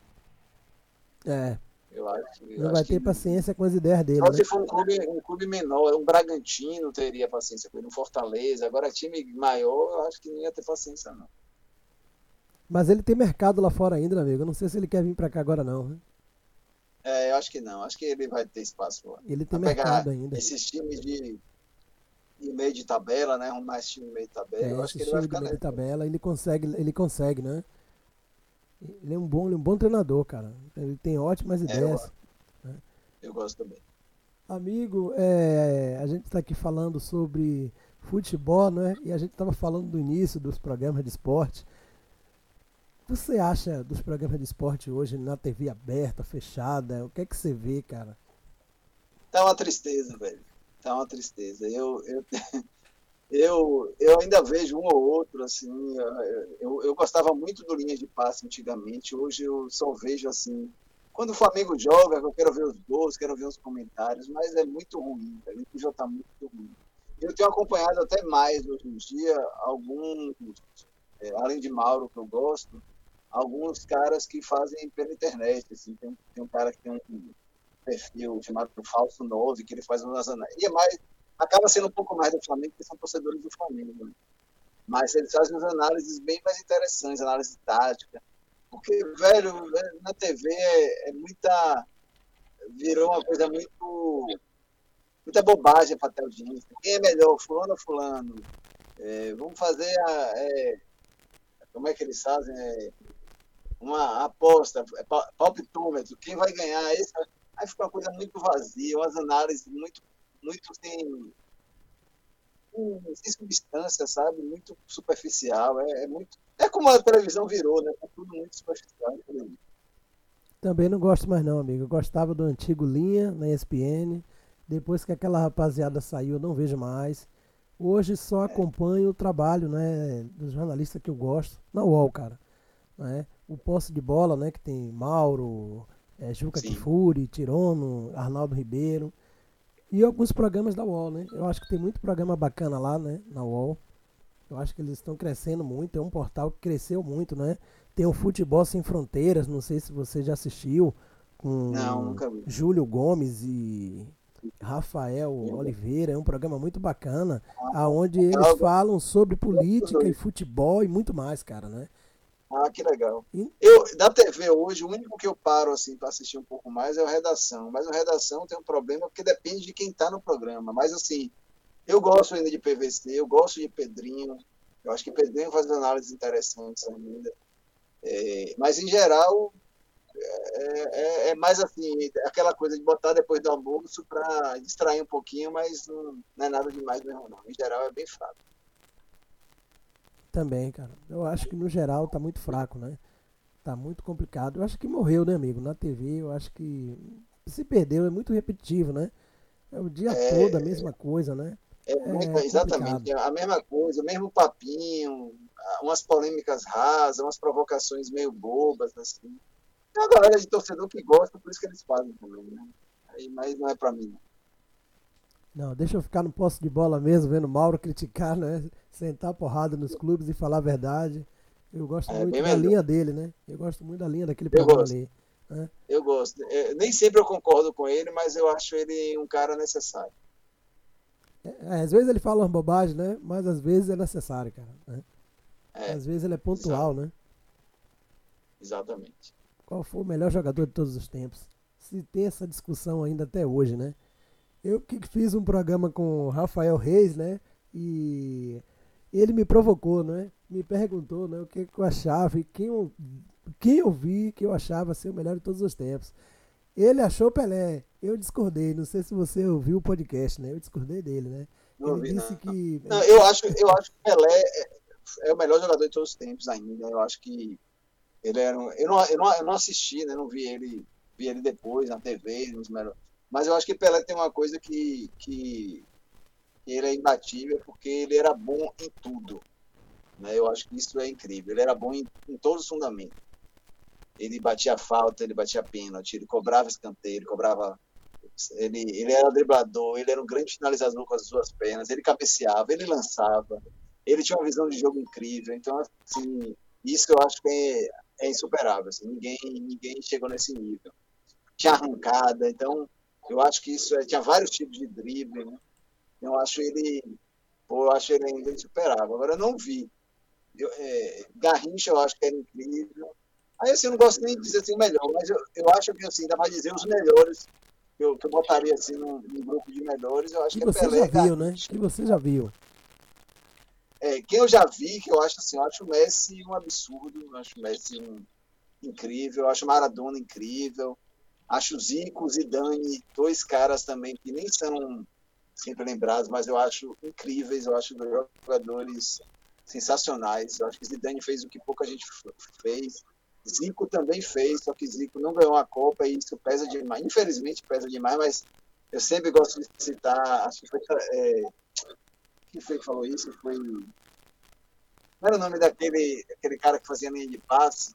Speaker 1: É,
Speaker 2: Eu
Speaker 1: não vai
Speaker 2: acho
Speaker 1: ter
Speaker 2: que
Speaker 1: paciência com as ideias dele,
Speaker 2: só
Speaker 1: né?
Speaker 2: se for um clube menor, um Bragantino teria paciência com ele, um Fortaleza. Agora, time maior, eu acho que não ia ter paciência, não.
Speaker 1: Mas ele tem mercado lá fora ainda, meu amigo. Eu não sei se ele quer vir pra cá agora, não, né?
Speaker 2: Eu acho que não. Acho que ele vai ter espaço lá.
Speaker 1: Ele tem
Speaker 2: Vai pegar
Speaker 1: mercado ainda.
Speaker 2: esses times de meio de tabela, né? Arrumar esse time de meio de tabela. Eu acho
Speaker 1: Esse
Speaker 2: que ele vai
Speaker 1: time de
Speaker 2: ficar
Speaker 1: meio de
Speaker 2: nessa.
Speaker 1: tabela, ele consegue, né? Ele é um bom treinador, cara. Ele tem ótimas
Speaker 2: É, eu,
Speaker 1: ideias. Né?
Speaker 2: eu gosto também.
Speaker 1: Amigo, a gente está aqui falando sobre futebol, né? E a gente estava falando do início dos programas de esporte. O que você acha dos programas de esporte hoje na TV aberta, fechada? O que é que você vê, cara?
Speaker 2: Tá uma tristeza, velho. Tá uma tristeza. Eu ainda vejo um ou outro, assim. Eu gostava muito do linha de passe antigamente. Hoje eu só vejo assim. Quando o Flamengo joga, eu quero ver os gols, quero ver os comentários, mas é muito ruim, velho. O jogo tá muito ruim. Eu tenho acompanhado até mais hoje em dia alguns, além de Mauro, que eu gosto, alguns caras que fazem pela internet. Assim, tem um cara que tem um perfil chamado Falso 9, que ele faz umas análises. E é mais, acaba sendo um pouco mais do Flamengo, porque são torcedores do Flamengo. Né? Mas eles fazem umas análises bem mais interessantes, análise tática. Porque, velho, na TV muita. Virou uma coisa muita bobagem para ter audiência. Quem é melhor, fulano ou fulano? Vamos fazer como é que eles fazem? Uma aposta, palpitômetro, quem vai ganhar? Aí fica uma coisa muito vazia, umas análises muito sem substância, sabe? Muito superficial. Muito. É como a televisão virou, né? É tudo muito superficial.
Speaker 1: Também não gosto mais não, amigo. Eu gostava do antigo Linha na ESPN. Depois que aquela rapaziada saiu, eu não vejo mais. Hoje só acompanho o trabalho, né, dos jornalistas que eu gosto na UOL, cara. Né? O posse de bola, né, que tem Mauro, Juca
Speaker 2: Sim.
Speaker 1: Kfouri, Tirono, Arnaldo Ribeiro e alguns programas da UOL, né? Eu acho que tem muito programa bacana lá, né, na UOL. Eu acho que eles estão crescendo muito, é um portal que cresceu muito, né? Tem o Futebol Sem Fronteiras, não sei se você já assistiu,
Speaker 2: Não,
Speaker 1: com
Speaker 2: nunca vi.
Speaker 1: Júlio Gomes e Rafael Oliveira, é um programa muito bacana, aonde eles falam sobre política e futebol e muito mais, cara, né?
Speaker 2: Que legal.
Speaker 1: E
Speaker 2: Da TV hoje, o único que eu paro assim para assistir um pouco mais é o Redação. Mas o Redação tem um problema porque depende de quem está no programa. Mas assim, eu gosto ainda de PVC, eu gosto de Pedrinho. Eu acho que Pedrinho faz análises interessantes ainda. Mas em geral, é mais assim, aquela coisa de botar depois do almoço para distrair um pouquinho, mas não é nada demais mesmo, não. Em geral é bem fraco.
Speaker 1: também, cara, eu acho que no geral tá muito fraco, né? Tá muito complicado. Eu acho que morreu, né, amigo? Na TV, eu acho que se perdeu, é muito repetitivo, né? É o dia todo a
Speaker 2: É,
Speaker 1: mesma coisa, né? É complicado.
Speaker 2: Exatamente, a mesma coisa, o mesmo papinho, umas polêmicas rasas, umas provocações meio bobas, assim. Tem uma galera de torcedor que gosta, por isso que eles fazem também, né? Mas não é pra mim, não.
Speaker 1: Não, deixa eu ficar no posse de bola mesmo, vendo o Mauro criticar, né? Sentar porrada nos clubes e falar a verdade. Eu gosto
Speaker 2: É
Speaker 1: muito
Speaker 2: bem
Speaker 1: da
Speaker 2: melhor.
Speaker 1: linha dele, né? Eu gosto muito da linha daquele
Speaker 2: Eu
Speaker 1: programa
Speaker 2: gosto,
Speaker 1: ali. Né?
Speaker 2: eu gosto. Nem sempre eu concordo com ele, mas eu acho ele um cara necessário.
Speaker 1: Às vezes ele fala uma bobagem, né? Mas às vezes é necessário, cara. Né?
Speaker 2: É,
Speaker 1: Às vezes ele é pontual,
Speaker 2: exa-
Speaker 1: né?
Speaker 2: exatamente.
Speaker 1: Qual foi o melhor jogador de todos os tempos? Se tem essa discussão ainda até hoje, né? Eu que fiz um programa com o Rafael Reis, né? E ele me provocou, né? Me perguntou, né? O que eu achava e quem eu vi que eu achava ser o melhor de todos os tempos. Ele achou Pelé. Eu discordei. Não sei se você ouviu o podcast, né? Eu discordei dele, né?
Speaker 2: Não
Speaker 1: Ele
Speaker 2: ouvi,
Speaker 1: disse
Speaker 2: não.
Speaker 1: que.
Speaker 2: Não, eu acho que o Pelé é o melhor jogador de todos os tempos ainda. Eu acho que ele era eu não assisti, né? Não vi ele depois na TV, nos melhores. Mas eu acho que Pelé tem uma coisa que ele é imbatível, porque ele era bom em tudo, né? Eu acho que isso é incrível. Ele era bom em todos os fundamentos. Ele batia falta, ele batia pênalti, ele cobrava escanteio, ele cobrava. Ele era driblador, ele era um grande finalizador com as duas pernas, ele cabeceava, ele lançava, ele tinha uma visão de jogo incrível. Então, assim, isso eu acho que é insuperável. Assim, ninguém chegou nesse nível. Tinha arrancada, então eu acho que isso tinha vários tipos de drible, né? Então, eu acho ele ainda insuperável. Agora, eu não vi. Garrincha, eu acho que era incrível. Aí, assim, eu não gosto nem de dizer assim o melhor, mas eu acho que, assim, dá mais dizer os melhores, que eu botaria, assim, num grupo de melhores, eu acho
Speaker 1: Que
Speaker 2: que é
Speaker 1: você já
Speaker 2: Pelé e
Speaker 1: viu, né?
Speaker 2: Garrincha.
Speaker 1: Que você já viu.
Speaker 2: Quem eu já vi, que eu acho o Messi um absurdo, eu acho o Messi incrível, eu acho o Maradona incrível, acho o Zico, o Zidane, dois caras também que nem são sempre lembrados, mas eu acho incríveis, eu acho jogadores sensacionais. Eu acho que Zidane fez o que pouca gente fez. Zico também fez, só que Zico não ganhou a Copa e isso pesa demais. Infelizmente pesa demais, mas eu sempre gosto de citar. Acho que foi. Quem foi que falou isso? Não era o nome daquele cara que fazia linha de passe?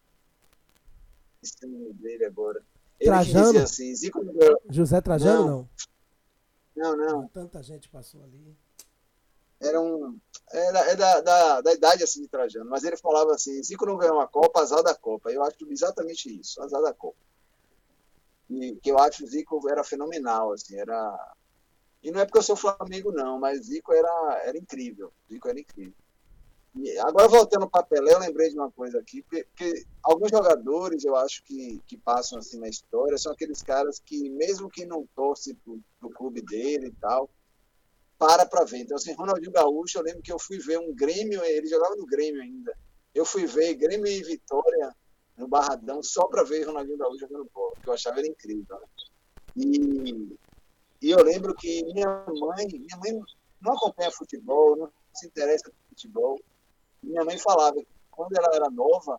Speaker 2: Esse nome dele agora. Ele que dizia
Speaker 1: Trajano?
Speaker 2: assim: Zico não ganhou.
Speaker 1: José Trajano,
Speaker 2: Não,
Speaker 1: não.
Speaker 2: não,
Speaker 1: Porra,
Speaker 2: não.
Speaker 1: tanta gente passou ali.
Speaker 2: era um é da idade assim de Trajano, mas ele falava assim: Zico não ganhou uma Copa, azar da Copa. Eu acho exatamente isso, azar da Copa. E que eu acho que o Zico era fenomenal, assim, e não é porque eu sou Flamengo não, mas Zico era incrível, Zico era incrível. E agora voltando para Pelé, eu lembrei de uma coisa aqui, porque alguns jogadores eu acho que passam assim na história são aqueles caras que mesmo que não torce pro clube dele e tal, para ver. Então, assim, Ronaldinho Gaúcho, eu lembro que eu fui ver um Grêmio, ele jogava no Grêmio ainda. Eu fui ver Grêmio e Vitória no Barradão só para ver Ronaldinho Gaúcho jogando bola, que eu achava ele incrível. Né? E, e eu lembro que minha mãe não acompanha futebol, não se interessa por futebol. Minha mãe falava que quando ela era nova,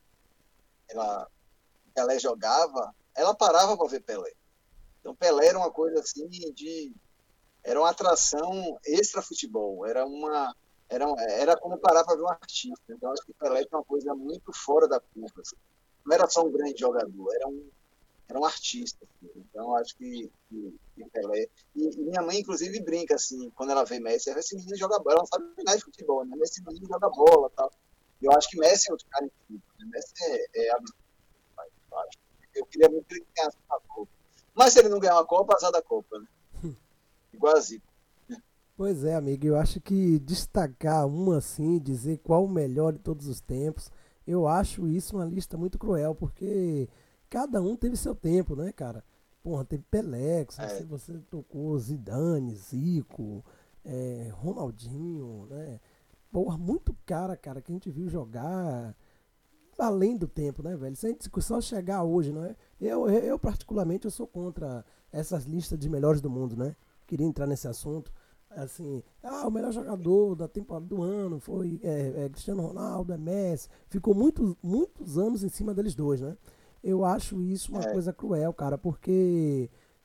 Speaker 2: ela jogava, ela parava para ver Pelé. Então Pelé era uma coisa assim era uma atração extra futebol, era como parar para ver um artista. Então acho que Pelé tem uma coisa muito fora da curva. Assim. Não era só um grande jogador, era um artista. Assim. Então acho que Pelé. E minha mãe, inclusive, brinca assim, quando ela vê Messi, esse menino joga bola, ela não sabe nada de futebol, né? Esse menino joga bola tal. Eu acho que Messi é outro cara incrível. Né? Messi é absurdo. Eu acho. Eu queria muito que ele ganhasse a Copa. Mas se ele não ganhar uma Copa, azar da Copa, né? Igual a Zico.
Speaker 1: Pois é, amigo, eu acho que destacar um assim, dizer qual o melhor de todos os tempos, eu acho isso uma lista muito cruel, porque cada um teve seu tempo, né, cara? Porra, teve Pelé,
Speaker 2: É,
Speaker 1: você tocou Zidane, Zico, Ronaldinho, né? Porra, muito cara, que a gente viu jogar além do tempo, né, velho? Se a gente só chegar hoje, não é? Eu particularmente, eu sou contra essas listas de melhores do mundo, né? Queria entrar nesse assunto. Assim, o melhor jogador da temporada do ano foi Cristiano Ronaldo, é Messi. Ficou muitos anos em cima deles dois, né? Eu acho isso uma
Speaker 2: é,
Speaker 1: coisa cruel, cara, porque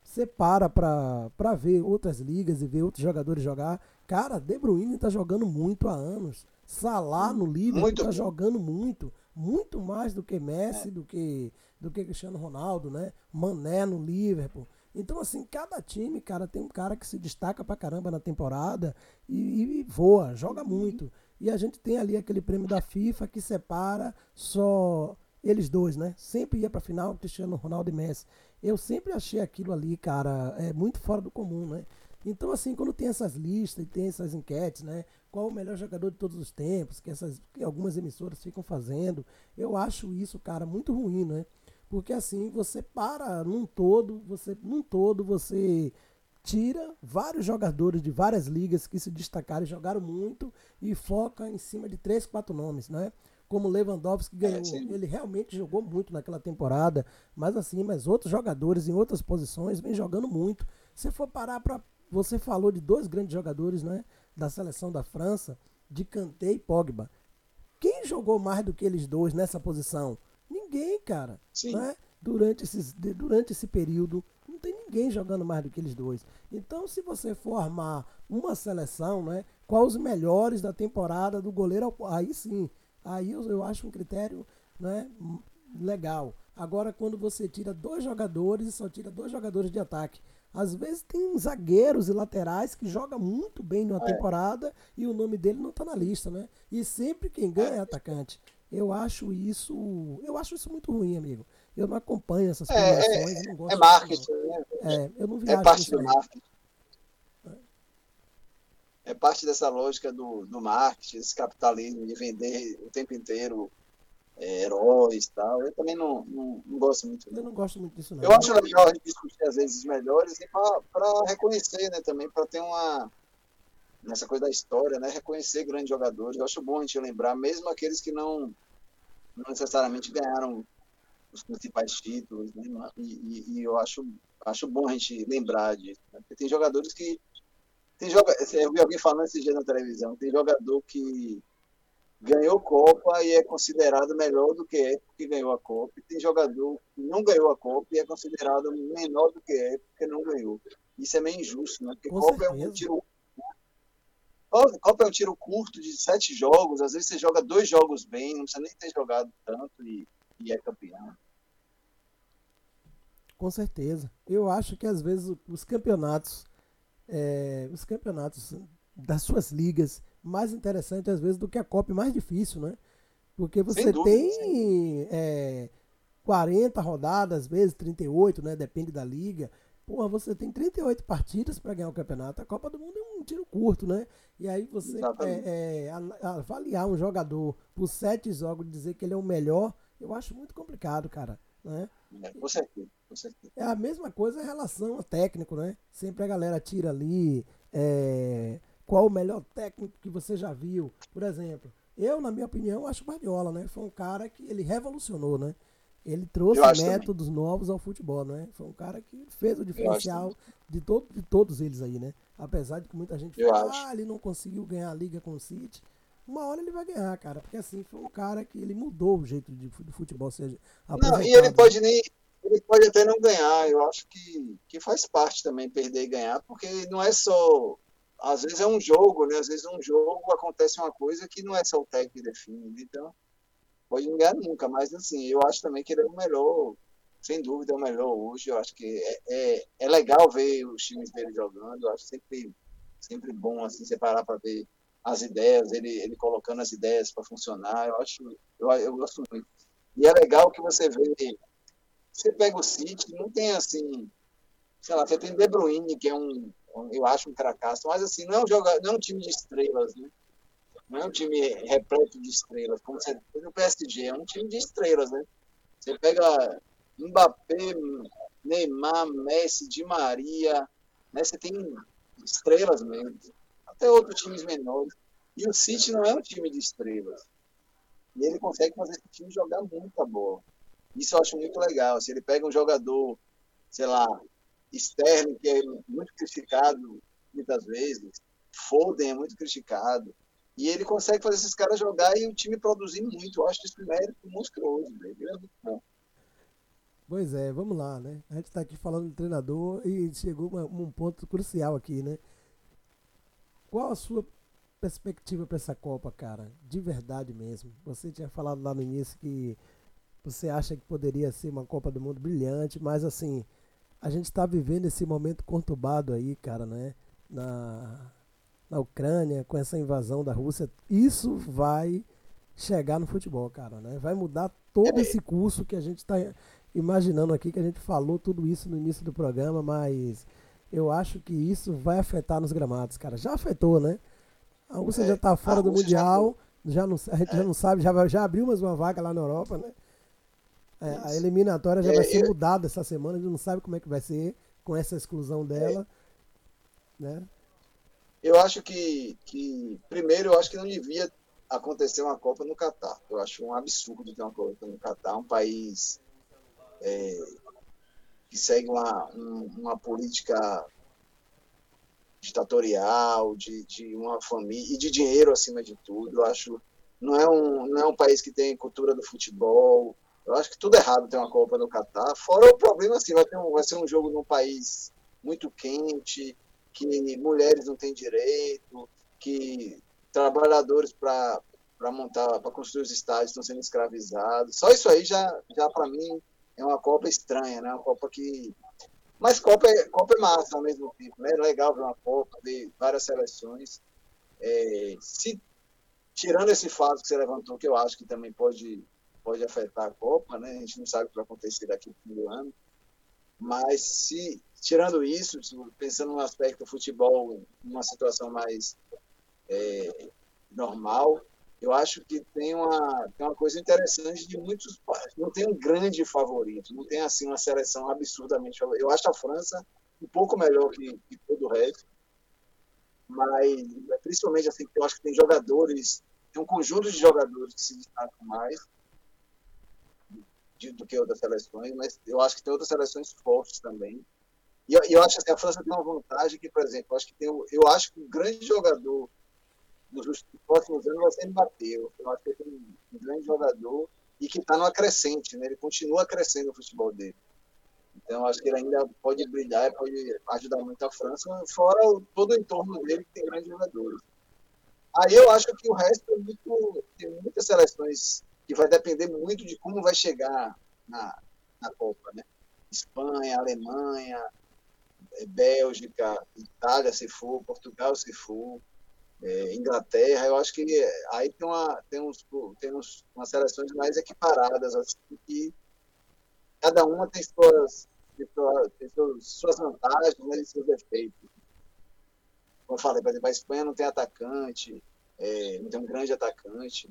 Speaker 1: você para pra ver outras ligas e ver outros jogadores jogar. Cara, De Bruyne tá jogando muito há anos. Salah no Liverpool
Speaker 2: Muito
Speaker 1: tá
Speaker 2: bom.
Speaker 1: jogando muito. Muito mais do que
Speaker 2: É,
Speaker 1: Messi, do que Cristiano Ronaldo, né? Mané no Liverpool. Então, assim, cada time, cara, tem um cara que se destaca pra caramba na temporada e voa, joga muito. E a gente tem ali aquele prêmio da FIFA que separa só eles dois, né? Sempre ia pra final, Cristiano Ronaldo e Messi. Eu sempre achei aquilo ali, cara, muito fora do comum, né? Então, assim, quando tem essas listas e tem essas enquetes, né? Qual o melhor jogador de todos os tempos, que algumas emissoras ficam fazendo, eu acho isso, cara, muito ruim, né? Porque assim, você para num todo você tira vários jogadores de várias ligas que se destacaram e jogaram muito e foca em cima de três, quatro nomes, né? Como Lewandowski ganhou,
Speaker 2: sim.
Speaker 1: ele realmente jogou muito naquela temporada, mas assim, mas outros jogadores em outras posições vêm jogando muito. Se for parar para, você falou de dois grandes jogadores, né, da seleção da França, de Kanté e Pogba. Quem jogou mais do que eles dois nessa posição? Ninguém, cara.
Speaker 2: Sim.
Speaker 1: Né? Durante esse período, não tem ninguém jogando mais do que eles dois. Então, se você formar uma seleção, né, qual os melhores da temporada do goleiro, aí sim, aí eu acho um critério, né, legal. Agora, quando você tira dois jogadores e só tira dois jogadores de ataque, às vezes tem zagueiros e laterais que jogam muito bem numa
Speaker 2: É,
Speaker 1: temporada e o nome dele não está na lista, né? E sempre quem ganha é
Speaker 2: é.
Speaker 1: atacante. Eu acho isso muito ruim, amigo. Eu não acompanho essas
Speaker 2: É,
Speaker 1: premiações, eu não
Speaker 2: é
Speaker 1: gosto disso não.
Speaker 2: marketing, né?
Speaker 1: Eu não
Speaker 2: É
Speaker 1: viajo
Speaker 2: parte
Speaker 1: nisso
Speaker 2: do
Speaker 1: não.
Speaker 2: marketing. É parte dessa lógica do marketing, esse capitalismo de vender o tempo inteiro heróis e tal. Eu também não gosto muito,
Speaker 1: Eu
Speaker 2: não.
Speaker 1: não gosto muito disso
Speaker 2: Eu
Speaker 1: não.
Speaker 2: acho legal a gente discutir, às vezes, os melhores e para reconhecer, né, também, para ter nessa coisa da história, né, reconhecer grandes jogadores. Eu acho bom a gente lembrar, mesmo aqueles que não necessariamente ganharam os principais títulos, né, e eu acho bom a gente lembrar disso, né, porque tem jogadores que eu vi alguém falando esse dia na televisão, tem jogador que ganhou Copa e é considerado melhor do que é porque ganhou a Copa, e tem jogador que não ganhou a Copa e é considerado menor do que é porque não ganhou. Isso é meio injusto, né? Porque
Speaker 1: Com certeza.
Speaker 2: Copa é um tiro curto de 7 jogos, às vezes você joga 2 jogos bem, não precisa nem ter jogado tanto e é campeão.
Speaker 1: Com certeza. Eu acho que às vezes os campeonatos das suas ligas mais interessantes às vezes do que a Copa e mais difícil, né? Porque
Speaker 2: Sem
Speaker 1: você
Speaker 2: dúvida, sem dúvida.
Speaker 1: tem 40 rodadas, às vezes 38, né? Depende da liga. Porra, você tem 38 partidas para ganhar o campeonato. A Copa do Mundo é um tiro curto, né? E aí você
Speaker 2: Exatamente.
Speaker 1: avaliar um jogador por 7 jogos e dizer que ele é o melhor, eu acho muito complicado, cara. Né?
Speaker 2: Com certeza, com certeza.
Speaker 1: É a mesma coisa em relação ao técnico, né? Sempre a galera tira ali qual o melhor técnico que você já viu. Por exemplo, eu, na minha opinião, acho o Guardiola, né? Foi um cara que ele revolucionou, né? Ele
Speaker 2: Eu
Speaker 1: trouxe
Speaker 2: acho também.
Speaker 1: métodos novos ao futebol, né? Foi um cara que fez o
Speaker 2: Eu acho também.
Speaker 1: diferencial de todos eles aí, né? Apesar de que muita gente
Speaker 2: Eu
Speaker 1: fala,
Speaker 2: acho.
Speaker 1: ele não conseguiu ganhar a liga com o City. Uma hora ele vai ganhar, cara, porque assim, foi um cara que ele mudou o jeito do futebol ser
Speaker 2: Não, e
Speaker 1: apresentado, né?
Speaker 2: ele pode até não ganhar. Eu acho que faz parte também perder e ganhar, porque não é só, às vezes é um jogo, né? Às vezes um jogo acontece uma coisa que não é só o técnico que define, então pode não ganhar nunca, mas assim, eu acho também que ele é o melhor, sem dúvida é o melhor hoje. Eu acho que é legal ver os times dele jogando. Eu acho sempre bom assim separar para ver as ideias, ele colocando as ideias para funcionar. Eu gosto muito. E é legal que você vê, você pega o City, não tem assim, sei lá, você tem De Bruyne, que eu acho um cracaço, mas assim, não é um time de estrelas, né? Não é um time repleto de estrelas, como você tem no PSG, é um time de estrelas, né? Você pega Mbappé, Neymar, Messi, Di Maria, né? Você tem estrelas mesmo, até outros times menores. E o City não é um time de estrelas. E ele consegue fazer esse time jogar muita bola. Isso eu acho muito legal. Se ele pega um jogador, sei lá, Sterling, que é muito criticado muitas vezes, Foden é muito criticado, e ele consegue fazer esses caras jogar e o time produzir muito. Eu acho isso um mérito monstruoso. Né? Ele é muito bom.
Speaker 1: Pois é, vamos lá, né? A gente está aqui falando de treinador e chegou um ponto crucial aqui, né? Qual a sua perspectiva para essa Copa, cara? De verdade mesmo. Você tinha falado lá no início que você acha que poderia ser uma Copa do Mundo brilhante, mas assim, a gente está vivendo esse momento conturbado aí, cara, né? Na, na Ucrânia, com essa invasão da Rússia. Isso vai chegar no futebol, cara, né? Vai mudar todo
Speaker 2: É,
Speaker 1: esse curso que a gente está imaginando aqui, que a gente falou tudo isso no início do programa, mas eu acho que isso vai afetar nos gramados, cara. Já afetou, né? A Rússia já está
Speaker 2: a
Speaker 1: fora do
Speaker 2: Rússia já foi.
Speaker 1: Mundial, já não, a gente já
Speaker 2: É,
Speaker 1: não sabe, já abriu mais uma vaga lá na Europa, né? A
Speaker 2: isso.
Speaker 1: eliminatória já vai
Speaker 2: É,
Speaker 1: ser
Speaker 2: eu,
Speaker 1: mudada essa semana, a gente não sabe como é que vai ser com essa exclusão
Speaker 2: é,
Speaker 1: dela, né?
Speaker 2: eu acho primeiro, eu acho que não devia acontecer uma Copa no Catar. Eu acho um absurdo ter uma Copa no Catar, um país que segue uma política ditatorial, de uma família e de dinheiro acima de tudo. Eu acho não é um país que tem cultura do futebol. Eu acho que tudo errado ter uma Copa no Catar. Fora o problema assim, vai ser um jogo num país muito quente, que mulheres não têm direito, que trabalhadores para montar, para construir os estádios estão sendo escravizados. Só isso aí já para mim é uma Copa estranha, né? Uma Copa que mas Copa é massa ao mesmo tempo, né? É legal ver uma Copa, ver várias seleções. Se tirando esse fato que você levantou, que eu acho que também pode afetar a Copa, né? A gente não sabe o que vai acontecer daqui para o fim do ano. Mas se tirando isso, pensando no aspecto do futebol, numa situação mais normal, eu acho que tem uma coisa interessante de muitos. Não tem um grande favorito, não tem assim uma seleção absurdamente favorita. Eu acho a França um pouco melhor que todo o resto, mas principalmente assim, eu acho que tem jogadores, tem um conjunto de jogadores que se destacam mais do que outras seleções, mas eu acho que tem outras seleções fortes também. Eu acho que assim, a França tem uma vantagem que, por exemplo, eu acho que um grande jogador nos próximos anos vai ser Mbappé. Eu acho que ele é um grande jogador e que está numa crescente, né? Ele continua crescendo o futebol dele. Então, acho que ele ainda pode brilhar, pode ajudar muito a França, fora todo o entorno dele que tem grandes jogadores. Aí eu acho que o resto tem muitas seleções que vai depender muito de como vai chegar na Copa, né? Espanha, Alemanha, Bélgica, Itália, se for, Portugal, se for, Inglaterra, eu acho que aí umas seleções mais equiparadas, assim, que cada uma suas vantagens, né, e seus defeitos. Como eu falei, por exemplo, a Espanha não tem atacante, não tem um grande atacante.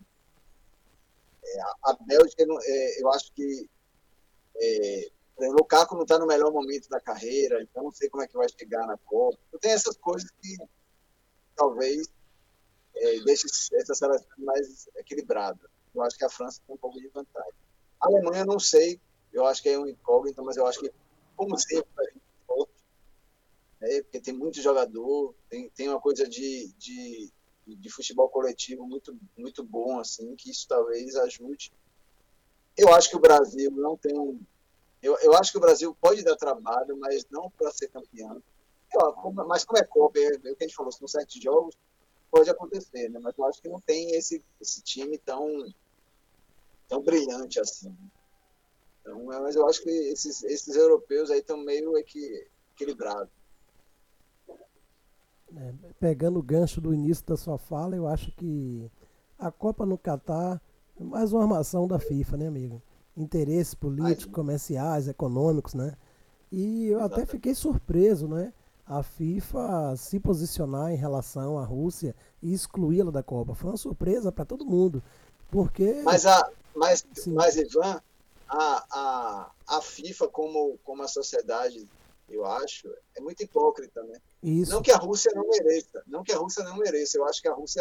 Speaker 2: A Bélgica, eu acho que o Lukaku não está no melhor momento da carreira, então não sei como é que vai chegar na Copa. Então, tem essas coisas que talvez deixe essa seleção mais equilibrada. Eu acho que a França tem um pouco de vantagem. A Alemanha, não sei, eu acho que é um incógnito, mas eu acho que, como sempre, vai vir forte, né? Porque tem muito jogador, tem uma coisa de futebol coletivo muito bom, assim, que isso talvez ajude. Eu acho que o Brasil não tem eu acho que o Brasil pode dar trabalho, mas não para ser campeão. Mas como é Copa, é o que a gente falou, são 7 jogos, pode acontecer, né? Mas eu acho que não tem esse time tão brilhante assim. Então, mas eu acho que esses europeus aí estão meio equilibrados.
Speaker 1: Pegando o gancho do início da sua fala, eu acho que a Copa no Catar é mais uma armação da FIFA, né, amigo? Interesses
Speaker 2: Mas,
Speaker 1: políticos, comerciais, econômicos, né? E eu até
Speaker 2: exatamente.
Speaker 1: fiquei surpreso, né? A FIFA se posicionar em relação à Rússia e excluí-la da Copa. Foi uma surpresa para todo mundo, porque,
Speaker 2: Mas, a, mas,
Speaker 1: sim,
Speaker 2: mas Ivan, a FIFA, como a sociedade, eu acho, é muito hipócrita, né? Não
Speaker 1: isso,
Speaker 2: que a Rússia não mereça, não que a Rússia não mereça. Eu acho que a Rússia,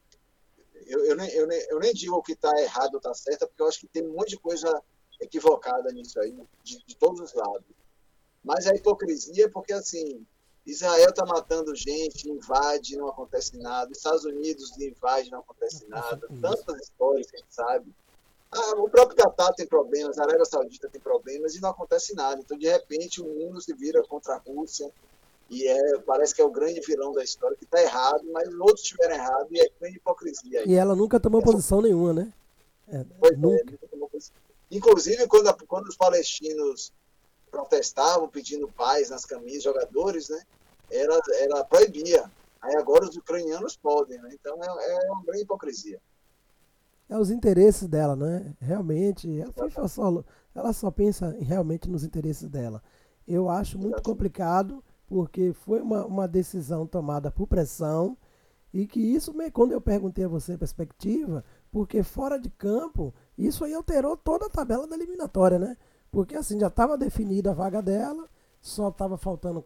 Speaker 2: eu nem digo que está errado ou está certo, porque eu acho que tem um monte de coisa equivocada nisso aí, de todos os lados. Mas a hipocrisia é porque, assim, Israel está matando gente, invade, não acontece nada. Estados Unidos invade, não acontece nada.
Speaker 1: isso.
Speaker 2: Tantas histórias que a gente sabe. O próprio Catar tem problemas, a Arábia Saudita tem problemas e não acontece nada. Então, de repente, o mundo se vira contra a Rússia e parece que é o grande vilão da história, que está errado, mas os outros estiveram errados e é grande hipocrisia
Speaker 1: E
Speaker 2: aí.
Speaker 1: ela nunca tomou posição nenhuma, né? Nunca.
Speaker 2: Inclusive, quando os palestinos protestavam pedindo paz nas camisas, jogadores, né? Ela proibia. Aí agora os ucranianos podem, né? Então é uma grande hipocrisia.
Speaker 1: É os interesses dela, né? Realmente, a FIFA ela só pensa realmente nos interesses dela. Eu acho muito complicado, porque foi uma decisão tomada por pressão, e que isso, quando eu perguntei a você a perspectiva, porque fora de campo, isso aí alterou toda a tabela da eliminatória, né? Porque assim, já estava definida a vaga dela, só estava faltando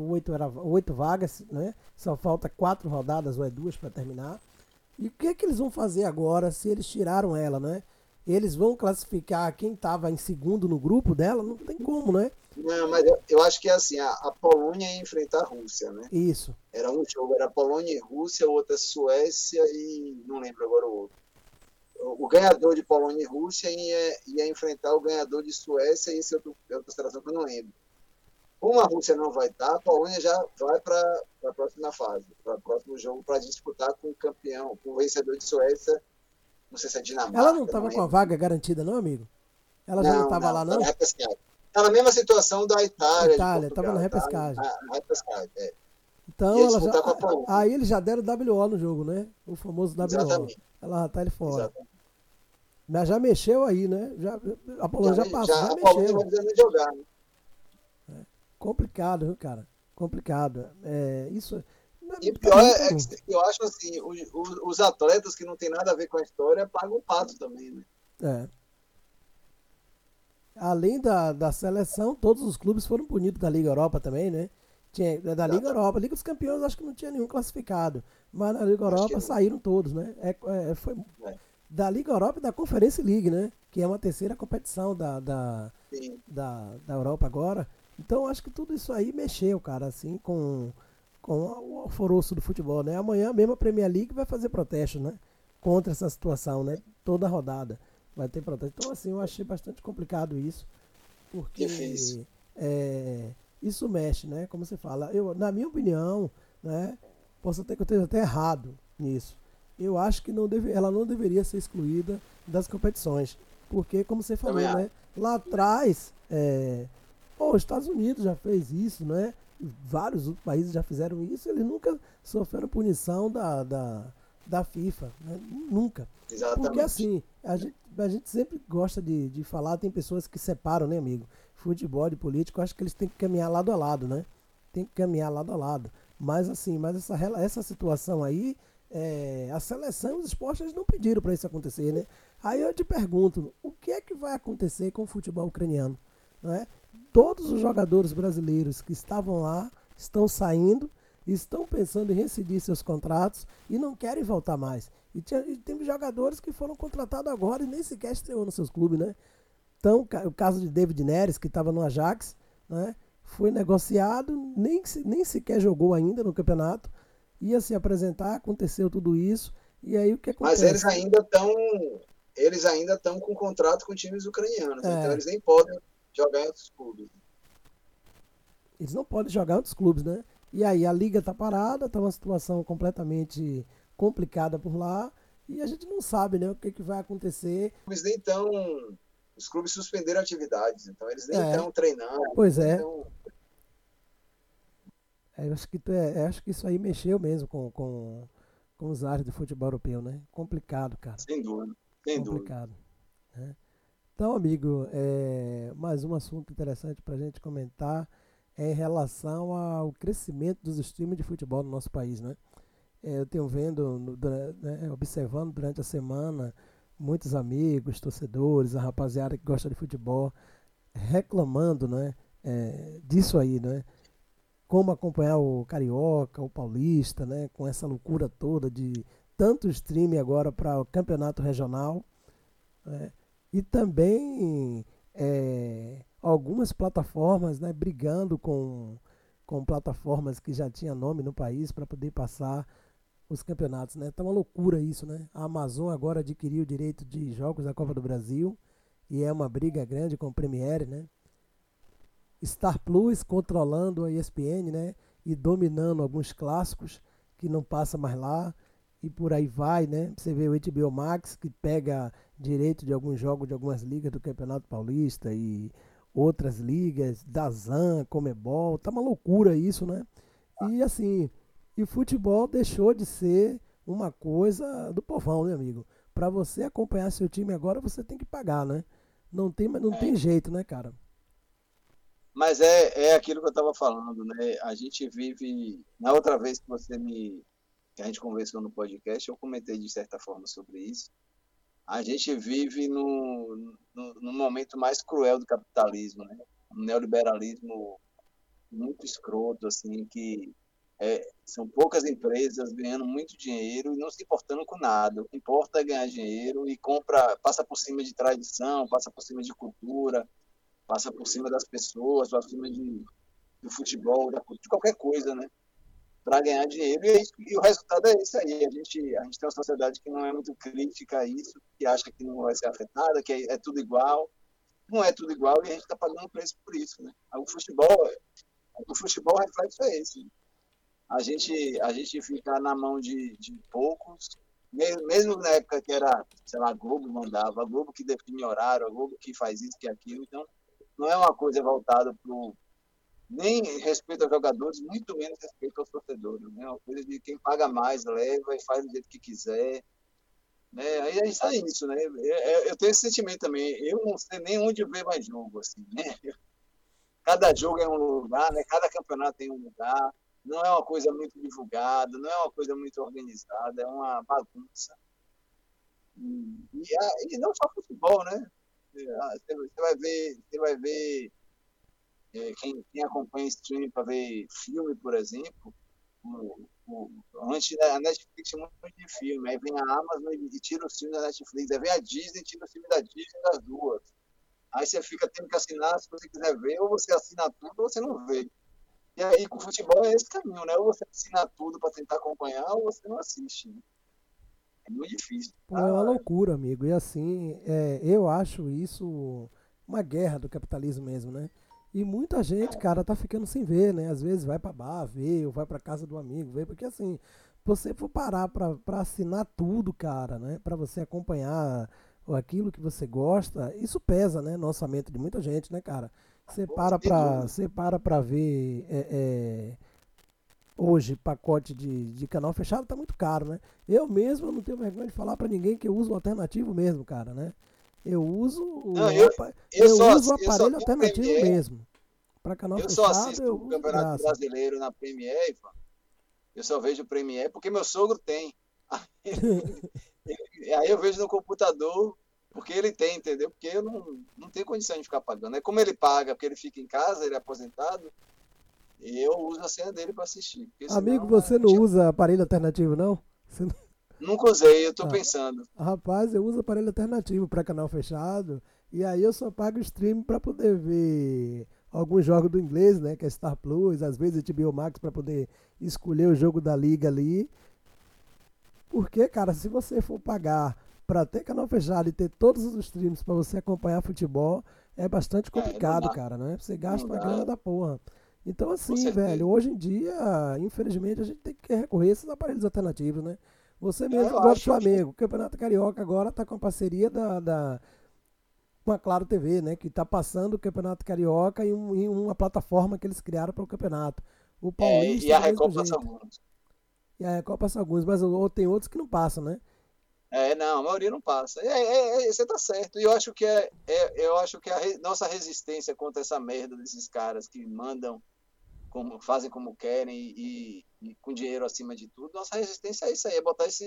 Speaker 1: 8 vagas, né? Só falta 4 rodadas ou 2 para terminar. E o que eles vão fazer agora se eles tiraram ela, né? Eles vão classificar quem estava em segundo no grupo dela? Não tem como, né?
Speaker 2: Não, mas eu acho que é assim, a Polônia ia enfrentar a Rússia, né?
Speaker 1: Isso.
Speaker 2: Era um jogo, era Polônia e Rússia, outra Suécia e não lembro agora o outro. O ganhador de Polônia e Rússia ia enfrentar o ganhador de Suécia e esse outra seleção que eu não lembro. Como a Rússia não vai estar, a Polônia já vai para a próxima fase, para o próximo jogo, para disputar com o campeão, com o vencedor de Suécia, não sei se é Dinamarca.
Speaker 1: Ela não estava com a vaga garantida, não, amigo? Ela já não estava lá, não?
Speaker 2: Está na mesma situação da Itália.
Speaker 1: Itália, estava na repescagem.
Speaker 2: Na repescagem, é.
Speaker 1: Então, aí eles já deram WO no jogo, né? O famoso WO.
Speaker 2: Exatamente.
Speaker 1: Ela tá ele fora.
Speaker 2: Exatamente.
Speaker 1: Mas já mexeu aí, né? A Polônia já passou, já
Speaker 2: a
Speaker 1: mexeu.
Speaker 2: Polônia vai dizendo jogar, né?
Speaker 1: Complicado, viu, cara? Complicado. Isso.
Speaker 2: E pior é que eu acho assim, os atletas que não tem nada a ver com a história pagam o pato também, né?
Speaker 1: Além da seleção, todos os clubes foram punidos da Liga Europa também, né? Da Liga Europa. Liga dos Campeões acho que não tinha nenhum classificado. Mas na Liga Europa saíram todos, né? Da Liga Europa e da Conference League, né? Que é uma terceira competição da Europa agora. Então acho que tudo isso aí mexeu, cara, assim, com o alvoroço do futebol, né? Amanhã mesmo a Premier League vai fazer protesto, né? Contra essa situação, né? Toda rodada vai ter protesto. Então, assim, eu achei bastante complicado isso, porque isso mexe, né? Como você fala. Na minha opinião, né? Posso até que eu esteja até errado nisso. Eu acho que ela não deveria ser excluída das competições, porque, como você falou, né? Lá atrás, os Estados Unidos já fez isso, né? Vários outros países já fizeram isso, eles nunca sofreram punição da FIFA, né? Nunca.
Speaker 2: Exatamente.
Speaker 1: Porque assim, a gente sempre gosta de falar, tem pessoas que separam, né, amigo? Futebol de político, eu acho que eles têm que caminhar lado a lado, né? Tem que caminhar lado a lado. Mas assim, essa situação aí, a seleção e os esportes eles não pediram para isso acontecer, né? Aí eu te pergunto, o que é que vai acontecer com o futebol ucraniano? Não é? Todos os jogadores brasileiros que estavam lá estão saindo, estão pensando em rescindir seus contratos e não querem voltar mais. E tem jogadores que foram contratados agora e nem sequer estreou nos seus clubes, né? Então, o caso de David Neres, que estava no Ajax, né? Foi negociado, nem sequer jogou ainda no campeonato, ia se apresentar, aconteceu tudo isso, e aí o que acontece?
Speaker 2: Mas eles ainda estão com contrato com times ucranianos, então eles nem podem jogar em outros clubes.
Speaker 1: Eles não podem jogar em outros clubes, né? E aí a liga tá parada, tá uma situação completamente complicada por lá, e a gente não sabe, né, o que vai acontecer.
Speaker 2: Os clubes suspenderam atividades, então eles nem estão treinando.
Speaker 1: Pois é. Eu acho que isso aí mexeu mesmo com os áreas do futebol europeu, né? Complicado, cara.
Speaker 2: Sem dúvida.
Speaker 1: Complicado. Né? Então, amigo, mais um assunto interessante para a gente comentar é em relação ao crescimento dos streams de futebol no nosso país, né? Eu tenho observando durante a semana muitos amigos, torcedores, a rapaziada que gosta de futebol reclamando, né, disso aí, né? Como acompanhar o Carioca, o Paulista, né, com essa loucura toda de tanto streaming agora para o campeonato regional, né? E também algumas plataformas, né, brigando com plataformas que já tinham nome no país para poder passar os campeonatos, né? Tá uma loucura isso, né? A Amazon agora adquiriu o direito de jogos da Copa do Brasil e é uma briga grande com o Premiere, né? Star Plus controlando a ESPN, né? E dominando alguns clássicos que não passa mais lá e por aí vai, né? Você vê o HBO Max que pega direito de alguns jogos de algumas ligas do Campeonato Paulista e outras ligas, da ZAN, Comebol, tá uma loucura isso, né? E assim, e futebol deixou de ser uma coisa do povão, né, amigo? Para você acompanhar seu time agora, você tem que pagar, né? Não
Speaker 2: É.
Speaker 1: tem jeito, né, cara?
Speaker 2: Mas é aquilo que eu estava falando, né? A gente vive. Na outra vez que a gente conversou no podcast, eu comentei de certa forma sobre isso. A gente vive no momento mais cruel do capitalismo, né? Um neoliberalismo muito escroto, assim, que são poucas empresas ganhando muito dinheiro e não se importando com nada. O que importa é ganhar dinheiro e passa por cima de tradição, passa por cima de cultura, passa por cima das pessoas, passa por cima do futebol, de qualquer coisa, né? Para ganhar dinheiro. E o resultado é esse aí. A gente tem uma sociedade que não é muito crítica a isso, que acha que não vai ser afetada, que é tudo igual. Não é tudo igual e a gente está pagando preço por isso, né? O futebol reflexo é esse. A gente fica na mão de poucos, mesmo na época que era, sei lá, a Globo mandava, a Globo que define horário, a Globo que faz isso, que aquilo. Então, não é uma coisa voltada para nem respeito aos jogadores, muito menos respeito aos torcedores. Né? É uma coisa de quem paga mais leva e faz do jeito que quiser. Né? Aí é isso, né? Eu tenho esse sentimento também. Eu não sei nem onde ver mais jogo, assim, né? Cada jogo é um lugar, né? Cada campeonato tem um lugar. Não é uma coisa muito divulgada, não é uma coisa muito organizada, é uma bagunça. E não só futebol, né? Você vai ver quem acompanha streaming para ver filme, por exemplo, antes a Netflix tinha muito de filme, aí vem a Amazon e tira os filmes da Netflix, aí vem a Disney e tira os filmes da Disney das duas. Aí você fica tendo que assinar, se você quiser ver, ou você assina tudo ou você não vê. E aí com o futebol é esse caminho, né? Ou você assina tudo para tentar acompanhar, ou você não assiste. Né? É muito difícil.
Speaker 1: Pô, é uma loucura, amigo. E assim, eu acho isso uma guerra do capitalismo mesmo, né? E muita gente, cara, tá ficando sem ver, né? Às vezes vai pra bar, vê, ou vai pra casa do amigo, vê, porque assim, se você for parar pra assinar tudo, cara, né? Pra você acompanhar aquilo que você gosta, isso pesa, né? No orçamento de muita gente, né, cara?
Speaker 2: Sem dúvida.
Speaker 1: Você para pra ver hoje pacote de canal fechado tá muito caro, né? Eu mesmo não tenho vergonha de falar pra ninguém que eu uso o alternativo mesmo, cara, né? Eu uso
Speaker 2: Não,
Speaker 1: eu uso o
Speaker 2: eu só
Speaker 1: aparelho
Speaker 2: tenho
Speaker 1: alternativo
Speaker 2: Premiere,
Speaker 1: mesmo. Para canal
Speaker 2: eu só
Speaker 1: fechado
Speaker 2: assisto
Speaker 1: eu
Speaker 2: o
Speaker 1: uso de
Speaker 2: Campeonato
Speaker 1: graça.
Speaker 2: Brasileiro na Premiere, Ivan. Eu só vejo o Premiere porque meu sogro tem. Aí eu vejo no computador porque ele tem, entendeu? Porque eu não tenho condição de ficar pagando. É como ele paga, porque ele fica em casa, ele é aposentado, e eu uso a senha dele para assistir. Porque
Speaker 1: Amigo,
Speaker 2: senão
Speaker 1: você
Speaker 2: não
Speaker 1: não
Speaker 2: tinha.
Speaker 1: usa aparelho alternativo, não? Você não...
Speaker 2: Nunca usei, eu estou
Speaker 1: Ah,
Speaker 2: pensando.
Speaker 1: rapaz, eu uso aparelho alternativo para canal fechado. E aí eu só pago o stream para poder ver alguns jogos do inglês, né? Que é Star Plus, às vezes HBO Max para poder escolher o jogo da liga ali. Porque, cara, se você for pagar para ter canal fechado e ter todos os streams para você acompanhar futebol, é bastante
Speaker 2: Não
Speaker 1: complicado,
Speaker 2: dá,
Speaker 1: cara, né? Você
Speaker 2: não
Speaker 1: gasta uma grana
Speaker 2: dá,
Speaker 1: da porra. Então,
Speaker 2: com
Speaker 1: assim, velho,
Speaker 2: certeza.
Speaker 1: hoje em dia, infelizmente, a gente tem que recorrer a esses aparelhos alternativos, né? Você mesmo que
Speaker 2: Eu
Speaker 1: gosta do
Speaker 2: acho que
Speaker 1: Flamengo, o Campeonato Carioca agora tá com a parceria com a Claro TV, né? Que tá passando o Campeonato Carioca em uma plataforma que eles criaram para o campeonato. O
Speaker 2: e
Speaker 1: Paulista
Speaker 2: a
Speaker 1: do mesmo
Speaker 2: Recopa são
Speaker 1: jeito.
Speaker 2: bons.
Speaker 1: E a Copa passa alguns, mas tem outros que não passam, né?
Speaker 2: Não, a maioria não passa. Você tá certo. E eu acho que nossa resistência contra essa merda desses caras que mandam, fazem como querem e com dinheiro acima de tudo, nossa resistência é isso aí, é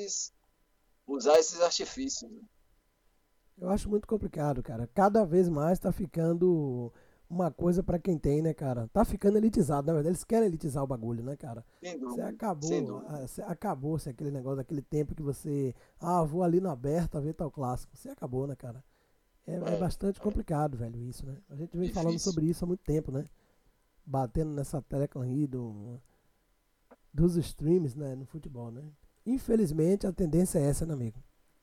Speaker 2: usar esses artifícios. Né?
Speaker 1: Eu acho muito complicado, cara. Cada vez mais tá ficando uma coisa pra quem tem, né, cara? Tá ficando elitizado, na verdade, eles querem elitizar o bagulho, né, cara?
Speaker 2: Sem
Speaker 1: Você
Speaker 2: dúvida, sem
Speaker 1: acabou,
Speaker 2: dúvida.
Speaker 1: acabou-se aquele negócio, daquele tempo que você, vou ali no aberto a ver tal clássico. Você acabou, né, cara? É
Speaker 2: É,
Speaker 1: bastante complicado, velho, isso, né? A gente vem falando
Speaker 2: difícil.
Speaker 1: sobre isso há muito tempo, né? Batendo nessa tecla aí dos streams, né, no futebol, né? Infelizmente, a tendência é essa, né, amigo?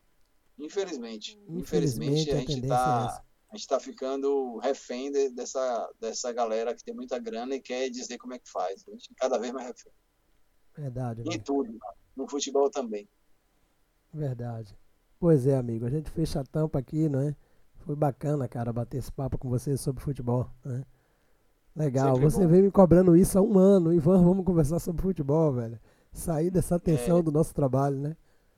Speaker 2: Infelizmente
Speaker 1: Infelizmente, a tendência é essa.
Speaker 2: a gente tá ficando refém dessa galera que tem muita grana e quer dizer como é que faz. A gente cada vez mais refém.
Speaker 1: Verdade,
Speaker 2: Em
Speaker 1: amigo.
Speaker 2: tudo, no futebol também.
Speaker 1: Verdade. Pois é, amigo. A gente fecha a tampa aqui, não é? Foi bacana, cara, bater esse papo com você sobre futebol, né? Legal.
Speaker 2: Sempre
Speaker 1: Você
Speaker 2: bom.
Speaker 1: vem me cobrando isso há um ano. Ivan, vamos conversar sobre futebol, velho. Sair dessa tensão
Speaker 2: É,
Speaker 1: do nosso trabalho, né?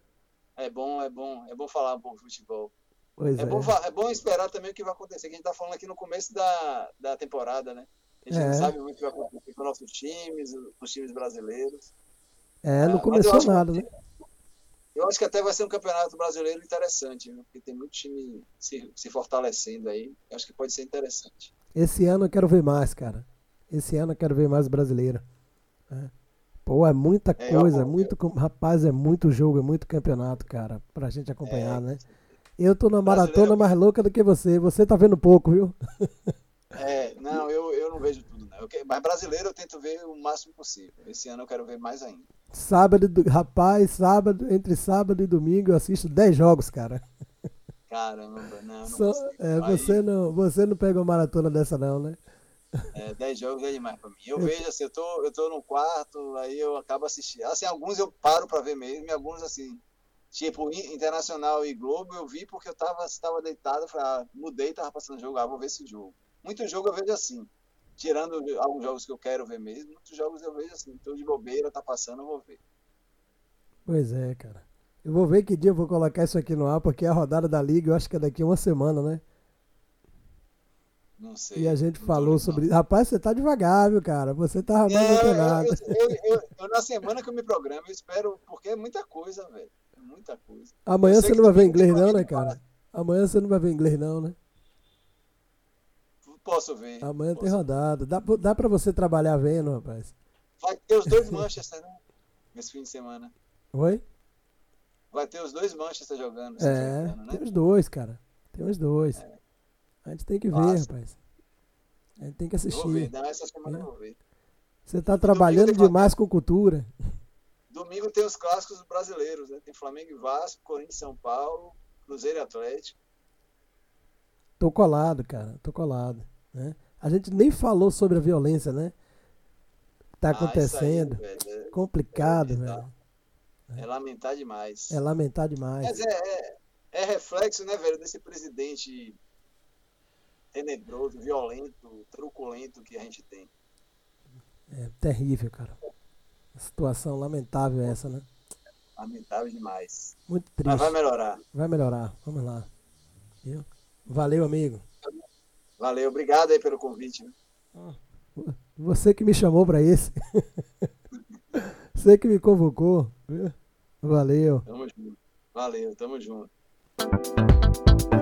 Speaker 2: é bom falar um pouco de futebol.
Speaker 1: Pois é.
Speaker 2: É bom esperar também o que vai acontecer, que a gente está falando aqui no começo da temporada, né? A gente não
Speaker 1: É.
Speaker 2: sabe muito o que vai acontecer com nossos times, os times brasileiros.
Speaker 1: É, não
Speaker 2: Mas
Speaker 1: começou nada, né?
Speaker 2: eu acho que até vai ser um campeonato brasileiro interessante, né? Porque tem muito time se fortalecendo aí. Eu acho que pode ser interessante.
Speaker 1: Esse ano eu quero ver mais, cara. Esse ano eu quero ver mais brasileiro, né? Pô, é muita
Speaker 2: É, eu,
Speaker 1: coisa, rapaz, é muito jogo, é muito campeonato, cara, pra gente acompanhar,
Speaker 2: é,
Speaker 1: né? Eu tô na
Speaker 2: brasileiro,
Speaker 1: maratona mais louca do que você. Você tá vendo pouco, viu?
Speaker 2: não, eu não vejo tudo, né? Mas brasileiro eu tento ver o máximo possível. Esse ano eu quero ver mais ainda.
Speaker 1: Rapaz, entre sábado e domingo eu assisto 10 jogos, cara.
Speaker 2: Caramba, não, não consigo.
Speaker 1: Você não pega uma maratona dessa não, né?
Speaker 2: 10 jogos é demais pra mim. Eu
Speaker 1: Eu-
Speaker 2: vejo assim, eu tô no quarto, aí eu acabo assistindo. Assim, alguns eu paro pra ver mesmo, e alguns assim, tipo Internacional e Globo, eu vi porque tava deitado, falei, mudei, tava passando jogo, vou ver esse jogo. Muitos jogos eu vejo assim, tirando alguns jogos que eu quero ver mesmo, muitos jogos eu vejo assim, tô de bobeira, tá passando, eu vou ver.
Speaker 1: Pois é, cara. Eu vou ver que dia eu vou colocar isso aqui no ar, porque a rodada da Liga eu acho que é daqui a uma semana, né?
Speaker 2: Não
Speaker 1: E a
Speaker 2: sei,
Speaker 1: gente
Speaker 2: não tô
Speaker 1: falou
Speaker 2: olhando não.
Speaker 1: sobre. Rapaz, você tá devagar, viu, cara? Você tá mais antenado.
Speaker 2: Na semana que eu me programo, eu espero, porque é muita coisa, velho. É muita coisa. Eu
Speaker 1: Amanhã
Speaker 2: sei
Speaker 1: você
Speaker 2: que
Speaker 1: não vai ver
Speaker 2: domingo
Speaker 1: inglês, não, né,
Speaker 2: geralmente
Speaker 1: cara? Amanhã você não vai ver inglês, não, né?
Speaker 2: posso ver,
Speaker 1: Amanhã tem
Speaker 2: posso ver.
Speaker 1: rodada. Dá pra você trabalhar vendo, rapaz.
Speaker 2: Vai ter os dois Manchester, né? Nesse fim de semana.
Speaker 1: Oi?
Speaker 2: Vai ter os dois Manchester jogando, se
Speaker 1: É,
Speaker 2: enfrentando, né?
Speaker 1: tem os dois, cara. Tem os dois. A gente tem que ver,
Speaker 2: Massa.
Speaker 1: rapaz. A gente tem que
Speaker 2: Eu vou ver,
Speaker 1: assistir.
Speaker 2: não, essa semana eu
Speaker 1: Né?
Speaker 2: vou ver.
Speaker 1: Você tá
Speaker 2: E domingo
Speaker 1: trabalhando demais com cultura.
Speaker 2: domingo tem os clássicos brasileiros, né? Tem Flamengo e Vasco, Corinthians e São Paulo, Cruzeiro e Atlético.
Speaker 1: Tô colado, cara. Tô colado. Né? A gente nem falou sobre a violência, né? Que tá
Speaker 2: Isso aí,
Speaker 1: acontecendo.
Speaker 2: velho, é
Speaker 1: Complicado, velho.
Speaker 2: bizarro. É lamentar
Speaker 1: É
Speaker 2: demais.
Speaker 1: lamentar
Speaker 2: Mas
Speaker 1: demais.
Speaker 2: é reflexo, né, velho, desse presidente tenebroso, violento, truculento que a gente tem.
Speaker 1: É terrível, cara. Situação lamentável essa, né?
Speaker 2: Lamentável demais.
Speaker 1: Muito
Speaker 2: Mas vai
Speaker 1: triste.
Speaker 2: melhorar.
Speaker 1: Vai melhorar. Vamos lá. Viu? Valeu, amigo.
Speaker 2: Valeu, obrigado aí pelo convite. Né?
Speaker 1: Você que me chamou pra esse. Você que me convocou. Viu? Valeu.
Speaker 2: Tamo junto. Valeu, tamo junto.